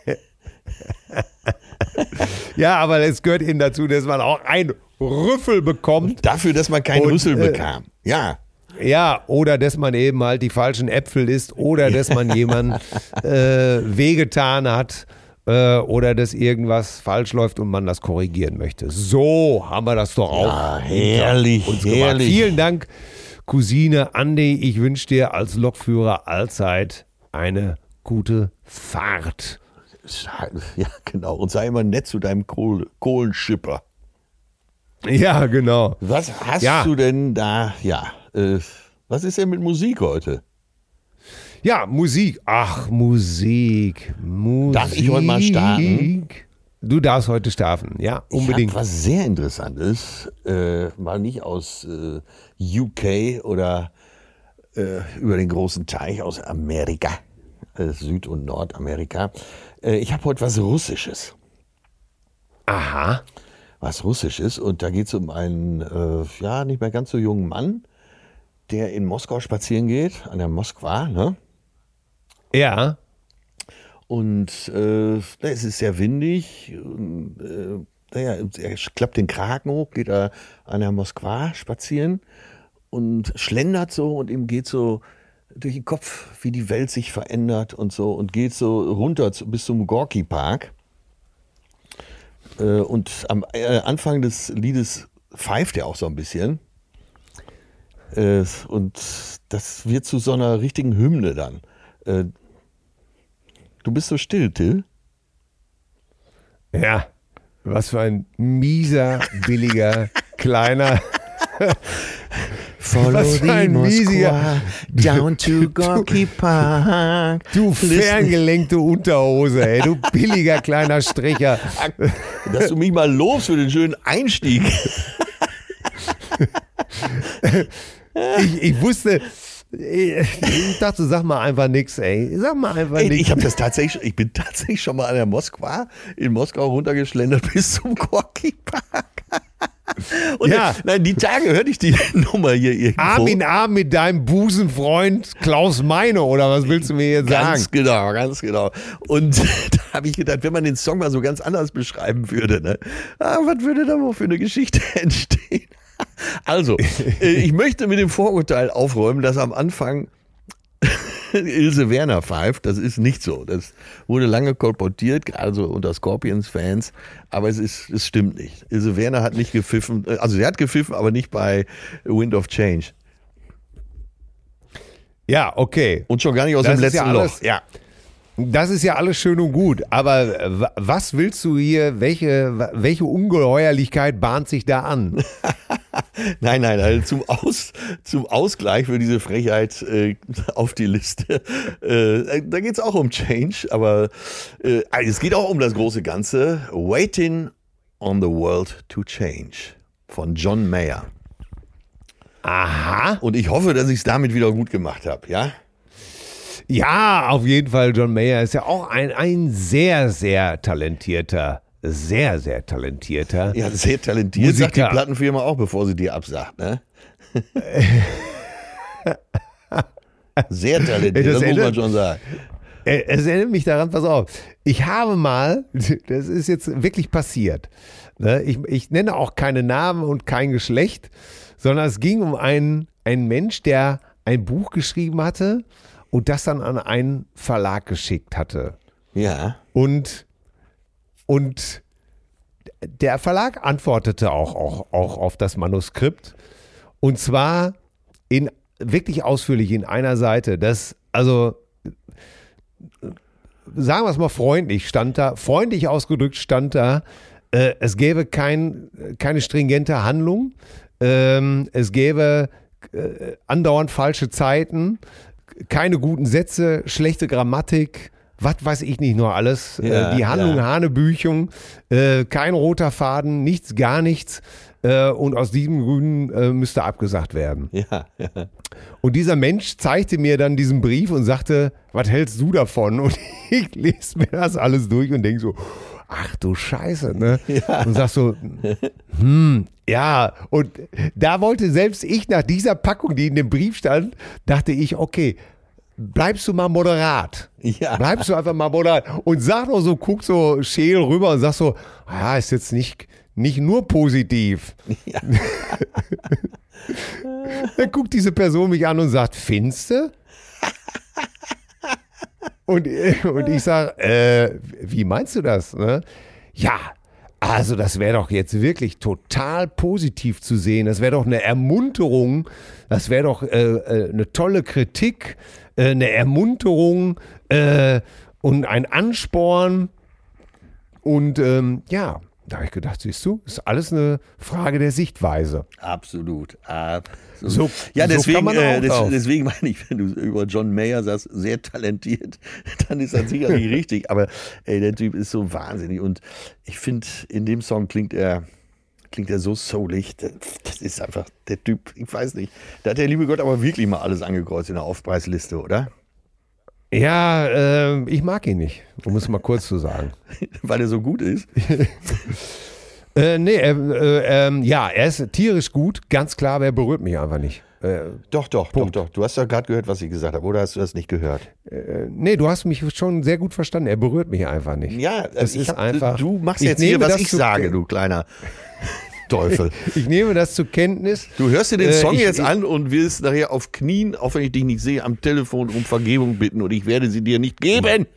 Ja, aber es gehört eben dazu, dass man auch einen Rüffel bekommt. Dafür, dass man keinen Und, Rüssel äh, bekam. Ja. Ja, oder dass man eben halt die falschen Äpfel isst oder dass man jemand äh, wehgetan hat äh, oder dass irgendwas falsch läuft und man das korrigieren möchte. So haben wir das doch auch. Ja, herrlich, uns gemacht. herrlich. Vielen Dank, Cousine Andi. Ich wünsche dir als Lokführer allzeit eine gute Fahrt. Ja, genau. Und sei immer nett zu deinem Kohl- Kohlenschipper. Ja, genau. Was hast Ja. du denn da? Ja, äh, was ist denn mit Musik heute? Ja, Musik. Ach, Musik. Musik. Darf ich heute mal starten? Du darfst heute starten, ja, unbedingt. Ich habe was sehr Interessantes, äh, mal nicht aus äh, U K oder äh, über den großen Teich aus Amerika, äh, Süd- und Nordamerika. Äh, ich habe heute was Russisches. Aha. was Russisches. Und da geht es um einen, äh, ja, nicht mehr ganz so jungen Mann, der in Moskau spazieren geht, an der Moskwa, ne? Ja. Und äh, es ist sehr windig. Und, äh, naja, er klappt den Kragen hoch, geht da an der Moskwa spazieren und schlendert so und ihm geht so durch den Kopf, wie die Welt sich verändert und so und geht so runter zu, bis zum Gorki-Park. Äh, und am äh, Anfang des Liedes pfeift er auch so ein bisschen. Äh, und das wird zu so einer richtigen Hymne dann. Äh, du bist so still, Till. Ja, was für ein mieser, billiger, kleiner... Follow Was für ein miesiger, down to Gorky Park. Du ferngelenkte Unterhose, ey, du billiger kleiner Stricher. Dass du mich mal lobst für den schönen Einstieg. ich, ich wusste, ich dachte, sag mal einfach nix, ey. Sag mal einfach Ey, nix. ich, hab das tatsächlich, ich bin tatsächlich schon mal an der Moskwa, in Moskau runtergeschlendert bis zum Gorky Park. Und ja. dann, nein, die Tage hörte ich die Nummer hier irgendwo. Arm in Arm mit deinem Busenfreund Klaus Meine, oder was willst du mir jetzt sagen? Ganz genau, ganz genau. Und da habe ich gedacht, wenn man den Song mal so ganz anders beschreiben würde, ne? Ah, was würde da wohl für eine Geschichte entstehen? Also, äh, ich möchte mit dem Vorurteil aufräumen, dass am Anfang Ilse Werner pfeift. Das ist nicht so. Das wurde lange kolportiert, gerade so unter Scorpions-Fans. Aber es ist, es stimmt nicht. Ilse Werner hat nicht gepfiffen. Also sie hat gepfiffen, aber nicht bei Wind of Change. Ja, okay. Und schon gar nicht aus Das dem ist letzten ja alles- Loch. Ja. Das ist ja alles schön und gut, aber w- was willst du hier, welche, welche Ungeheuerlichkeit bahnt sich da an? Nein, nein, also zum, Aus, zum Ausgleich für diese Frechheit äh, auf die Liste. Äh, da geht es auch um Change, aber äh, es geht auch um das große Ganze. Waiting on the World to Change von John Mayer. Aha. Und ich hoffe, dass ich es damit wieder gut gemacht habe, ja? Ja, auf jeden Fall. John Mayer ist ja auch ein, ein sehr, sehr talentierter, sehr, sehr talentierter. Ja, sehr talentiert, sagt die Musiker. Plattenfirma auch, bevor sie dir absagt, ne? Sehr talentiert, Das das, muss man erinnert- schon sagen. Äh, Es erinnert mich daran, pass auf, ich habe mal, das ist jetzt wirklich passiert, ne? ich, ich nenne auch keine Namen und kein Geschlecht, sondern es ging um einen, einen Mensch, der ein Buch geschrieben hatte und das dann an einen Verlag geschickt hatte. Ja. Und, und der Verlag antwortete auch, auch, auch auf das Manuskript. Und zwar in wirklich ausführlich in einer Seite. Das, also, sagen wir es mal freundlich, stand da, freundlich ausgedrückt stand da, äh, es gäbe kein, keine stringente Handlung, ähm, es gäbe äh, andauernd falsche Zeiten, keine guten Sätze, schlechte Grammatik, was weiß ich nicht nur alles. Ja, äh, die Handlung ja. Hanebüchung, äh, kein roter Faden, nichts, gar nichts. Äh, und aus diesem Gründen äh, müsste abgesagt werden. Ja, ja. Und dieser Mensch zeigte mir dann diesen Brief und sagte, was hältst du davon? Und ich lese mir das alles durch und denke so, ach du Scheiße, ne? Ja. Und sag so, hm, ja. Und da wollte selbst ich nach dieser Packung, die in dem Brief stand, dachte ich, okay, bleibst du mal moderat. Ja. Bleibst du einfach mal moderat. Und sag doch so, guck so scheel rüber und sag so, ja, ist jetzt nicht, nicht nur positiv. Ja. Dann guckt diese Person mich an und sagt, findste? Und, und ich sage, äh, wie meinst du das? Ne? Ja, also das wäre doch jetzt wirklich total positiv zu sehen. Das wäre doch eine Ermunterung. Das wäre doch äh, äh, eine tolle Kritik, äh, eine Ermunterung äh, und ein Ansporn. Und ähm, ja, da habe ich gedacht, siehst du, ist alles eine Frage der Sichtweise. Absolut. absolut. So- ja, so deswegen, kann man äh, auch des, drauf. deswegen meine ich, wenn du über John Mayer sagst, sehr talentiert, dann ist das sicherlich richtig. Aber ey, der Typ ist so wahnsinnig. Und ich finde, in dem Song klingt er, klingt er so soulig. Das ist einfach der Typ, ich weiß nicht. Da hat der liebe Gott aber wirklich mal alles angekreuzt in der Aufpreisliste, oder? Ja, äh, ich mag ihn nicht, um es mal kurz zu sagen. Weil er so gut ist. Äh, nee, äh, äh, ähm, ja, er ist tierisch gut, ganz klar, aber er berührt mich einfach nicht. Äh, Doch, doch, Punkt. doch, doch. Du hast ja gerade gehört, was ich gesagt habe, oder hast du das nicht gehört? äh, nee, du hast mich schon sehr gut verstanden. Er berührt mich einfach nicht. Ja, es ich ist hab, einfach. Du machst ich jetzt hier, nehme was das ich zu- sage, du kleiner Teufel. Ich nehme das zur Kenntnis. Du hörst dir den Äh, Song ich- jetzt ich- an und willst nachher auf Knien, auch wenn ich dich nicht sehe, am Telefon um Vergebung bitten und ich werde sie dir nicht geben.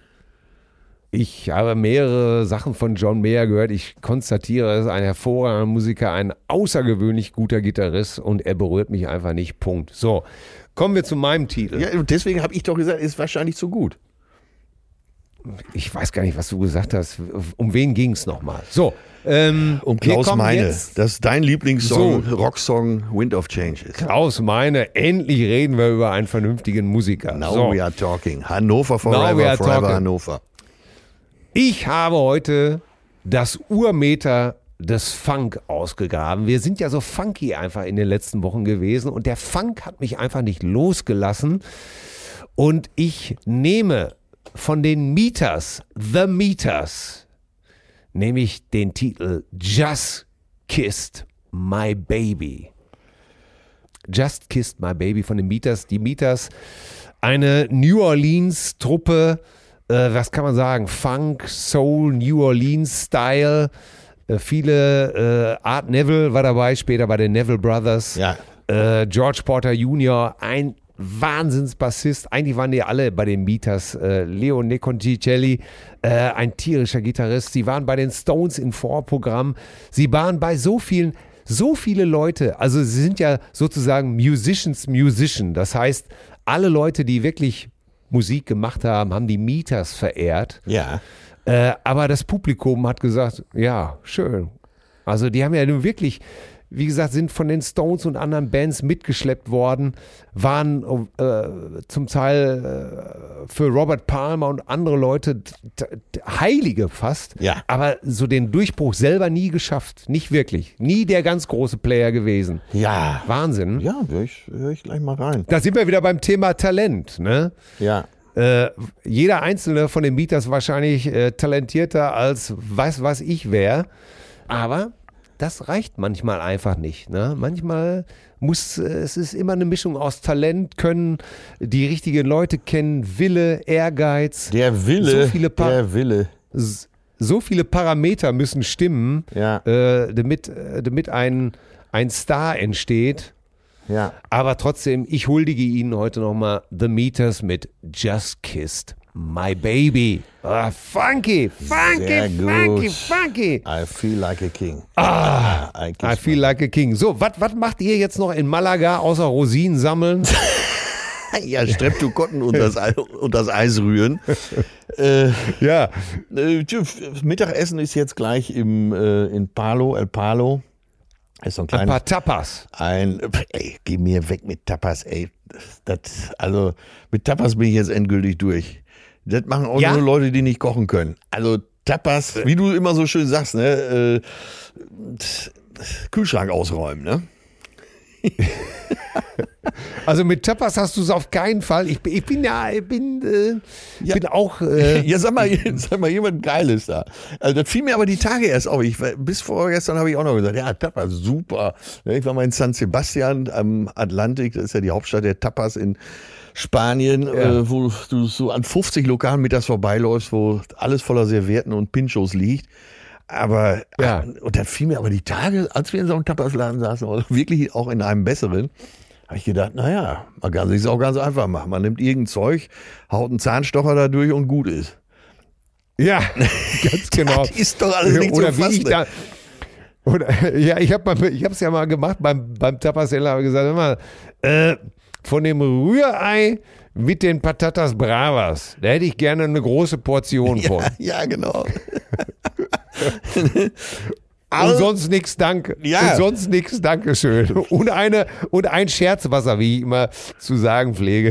Ich habe mehrere Sachen von John Mayer gehört. Ich konstatiere, er ist ein hervorragender Musiker, ein außergewöhnlich guter Gitarrist und er berührt mich einfach nicht. Punkt. So, kommen wir zu meinem Titel. Ja, und deswegen habe ich doch gesagt, ist wahrscheinlich zu gut. Ich weiß gar nicht, was du gesagt hast. Um wen ging es nochmal? So, ähm, Um wir Klaus kommen Meine, jetzt- dass dein Lieblingssong, So. Rocksong Wind of Change ist. Klaus Meine, endlich reden wir über einen vernünftigen Musiker. Now so. we are talking. Hannover Now we forever, are forever talking. Hannover. Ich habe heute das Urmeter des Funk ausgegraben. Wir sind ja so funky einfach in den letzten Wochen gewesen und der Funk hat mich einfach nicht losgelassen. Und ich nehme von den Meters, The Meters, nehme ich den Titel Just Kissed My Baby. Just Kissed My Baby von den Meters. Die Meters, eine New Orleans-Truppe, äh, was kann man sagen, Funk, Soul, New Orleans-Style. Äh, viele, äh, Art Neville war dabei, später bei den Neville Brothers. Ja. Äh, George Porter Junior, ein Wahnsinnsbassist. Eigentlich waren die alle bei den Meters. Äh, Leo Neconticelli, äh, ein tierischer Gitarrist. Sie waren bei den Stones im Vorprogramm. Sie waren bei so vielen, so viele Leute. Also sie sind ja sozusagen Musicians Musician. Das heißt, alle Leute, die wirklich Musik gemacht haben, haben die Meters verehrt. Ja. Äh, aber das Publikum hat gesagt, ja, schön. Also die haben ja nun wirklich, wie gesagt, sind von den Stones und anderen Bands mitgeschleppt worden, waren äh, zum Teil äh, für Robert Palmer und andere Leute t- t- Heilige fast, Ja. aber so den Durchbruch selber nie geschafft, nicht wirklich. Nie der ganz große Player gewesen. Ja. Wahnsinn. Ja, höre ich, hör ich gleich mal rein. Da sind wir wieder beim Thema Talent, ne? Ja. Äh, jeder einzelne von den Meters wahrscheinlich äh, talentierter als weiß was ich wäre. Aber das reicht manchmal einfach nicht. Ne? Manchmal muss, äh, es ist immer eine Mischung aus Talent, Können, die richtigen Leute kennen, Wille, Ehrgeiz. Der Wille, So viele Pa- der Wille. S- So viele Parameter müssen stimmen, Ja. äh, damit, äh, damit ein, ein Star entsteht. Ja. Aber trotzdem, ich huldige Ihnen heute nochmal The Meters mit Just Kissed My Baby. Ah, funky, funky, Sehr gut. funky, funky. I feel like a king. Ah, I, I feel like a king. So, was macht ihr jetzt noch in Malaga außer Rosinen sammeln? Ja, Streptokokken und das, Ei- und das Eis rühren. äh, Ja, äh, tschü, Mittagessen ist jetzt gleich im, äh, in Palo, El Palo. Ist so ein ein kleines, paar Tapas. ein, ey, geh mir weg mit Tapas, ey. Das, also, mit Tapas bin ich jetzt endgültig durch. Das machen auch Ja? nur Leute, die nicht kochen können. Also, Tapas, wie du immer so schön sagst, ne, äh, Kühlschrank ausräumen, ne? Also mit Tapas hast du es auf keinen Fall. Ich, bin- ich bin ja, ich bin, äh, Ja. bin auch. Äh, Ja, sag mal, sag mal, jemand Geiles da. Also das fiel mir aber die Tage erst auf. Ich, war- bis vorgestern habe ich auch noch gesagt, ja, Tapas, super. Ich war mal in San Sebastian am Atlantik, das ist ja die Hauptstadt der Tapas in Spanien, Ja. äh, wo du so an fünfzig Lokalen mittags vorbeiläufst, wo alles voller Servietten und Pinchos liegt. Aber, Ja. ah, und dann fiel mir aber die Tage, als wir in so einem Tapasladen saßen, oder wirklich auch in einem besseren, habe ich gedacht, naja, man kann sich auch ganz einfach machen. Man nimmt irgendein Zeug, haut einen Zahnstocher da durch und gut ist. ja, ganz genau. Das ist doch alles nicht Oder zu wie fassen. ich da. Oder, ja, ich habe es ja mal gemacht beim, beim Tapaseller, habe gesagt, hör mal, äh, von dem Rührei mit den Patatas Bravas, da hätte ich gerne eine große Portion von. Ja, genau. Und sonst nichts, danke. Ja. Und sonst nichts, Dankeschön. Und, eine, und ein Scherzwasser, wie ich immer zu sagen pflege.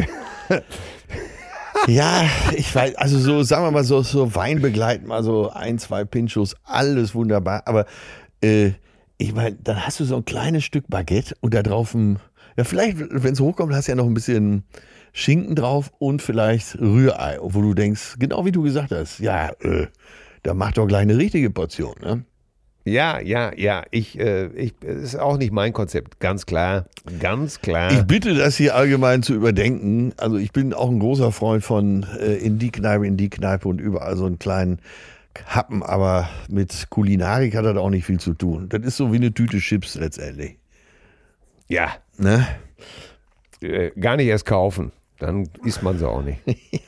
Ja, ich weiß, also so, sagen wir mal, so, so Wein begleiten, mal so ein, zwei Pinchos, alles wunderbar. Aber äh, ich meine, dann hast du so ein kleines Stück Baguette und da drauf ein, ja, vielleicht, wenn es hochkommt, hast du ja noch ein bisschen Schinken drauf und vielleicht Rührei, wo du denkst, genau wie du gesagt hast, ja, äh, da macht doch gleich eine richtige Portion, ne? Ja, ja, ja. Ich, äh, ich, ist auch nicht mein Konzept. Ganz klar. Ganz klar. Ich bitte, das hier allgemein zu überdenken. Also ich bin auch ein großer Freund von äh, in die Kneipe, in die Kneipe und überall so einen kleinen Happen. Aber mit Kulinarik hat das auch nicht viel zu tun. Das ist so wie eine Tüte Chips letztendlich. Ja. Ne? Äh, gar nicht erst kaufen. Dann isst man sie auch nicht.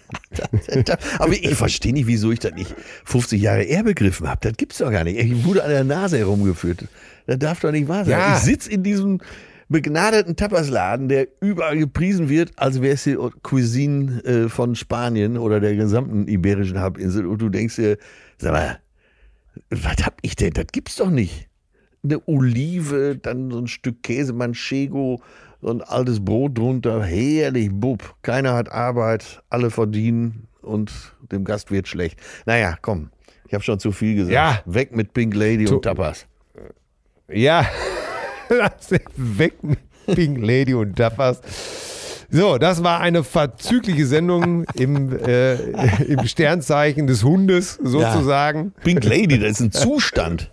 Aber ich verstehe nicht, wieso ich das nicht fünfzig Jahre eher begriffen habe. Das gibt's doch gar nicht. Ich wurde an der Nase herumgeführt. Das darf doch nicht wahr sein. Ja. Ich sitze in diesem begnadeten Tapasladen, der überall gepriesen wird, als wäre es die Cuisine äh, von Spanien oder der gesamten iberischen Halbinsel. Und du denkst dir, sag mal, was hab ich denn? Das gibt's doch nicht. Eine Olive, dann so ein Stück Käse Manchego, so ein altes Brot drunter, herrlich, bub. Keiner hat Arbeit, alle verdienen und dem Gast wird schlecht. Naja, komm, ich habe schon zu viel gesagt. Ja. Weg mit Pink Lady Tu- und Tapas. Ja, weg mit Pink Lady und Tapas. So, das war eine verzügliche Sendung im, äh, im Sternzeichen des Hundes sozusagen. Pink Lady, das ist ein Zustand.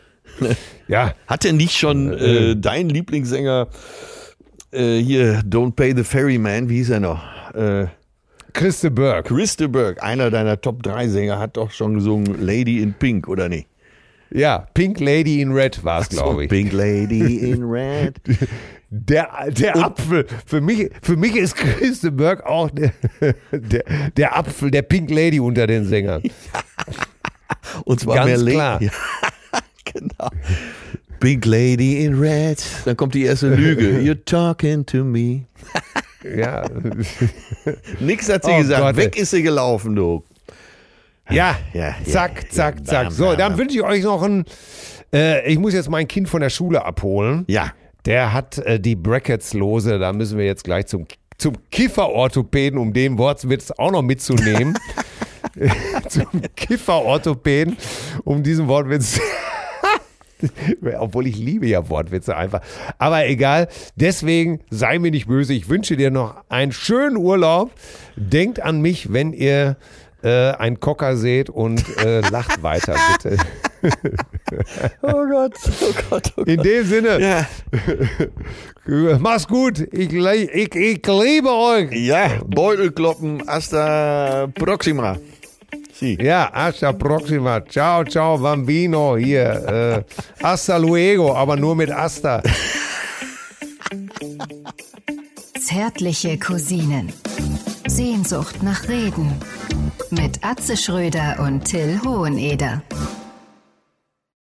Ja, Hat denn nicht schon äh, dein Lieblingssänger äh, hier, Don't Pay the Ferryman, wie hieß er noch? Äh, Chris de Burgh. Chris de Burgh, einer deiner Top drei Sänger, hat doch schon gesungen Lady in Pink, oder nicht? Ja, Pink Lady in Red war es, glaube ich. Pink Lady in Red. Der, der Apfel, für mich, für mich ist Chris de Burgh auch der, der, der Apfel, der Pink Lady unter den Sängern. Und zwar Ganz mehr Lady. klar. Ja, genau. Pink Lady in Red. Dann kommt die erste Lüge. You're talking to me. Ja, Nix hat sie Oh gesagt. Gott, Weg ey. ist sie gelaufen, du. ja, Ja, zack, ja, zack, ja, zack. bam, So, bam, dann bam. wünsche ich euch noch ein, äh, ich muss jetzt mein Kind von der Schule abholen. Ja. Der hat äh, die Brackets lose, da müssen wir jetzt gleich zum, zum Kifferorthopäden, um den Wortwitz auch noch mitzunehmen. Zum Kifferorthopäden, um diesen Wortwitz. Obwohl ich liebe ja Wortwitze einfach. Aber egal, deswegen sei mir nicht böse. Ich wünsche dir noch einen schönen Urlaub. Denkt an mich, wenn ihr äh, einen Kocker seht und äh, lacht weiter, bitte. Oh Gott, oh Gott, oh Gott. In dem Sinne, Ja. mach's gut. Ich, li- ich, ich liebe euch. Ja, Beutelkloppen, hasta proxima. Sie. Ja, hasta proxima. Ciao, ciao, bambino. Hier. Äh, hasta luego, aber nur mit hasta. Zärtliche Cousinen. Sehnsucht nach Reden. Mit Atze Schröder und Till Hoheneder.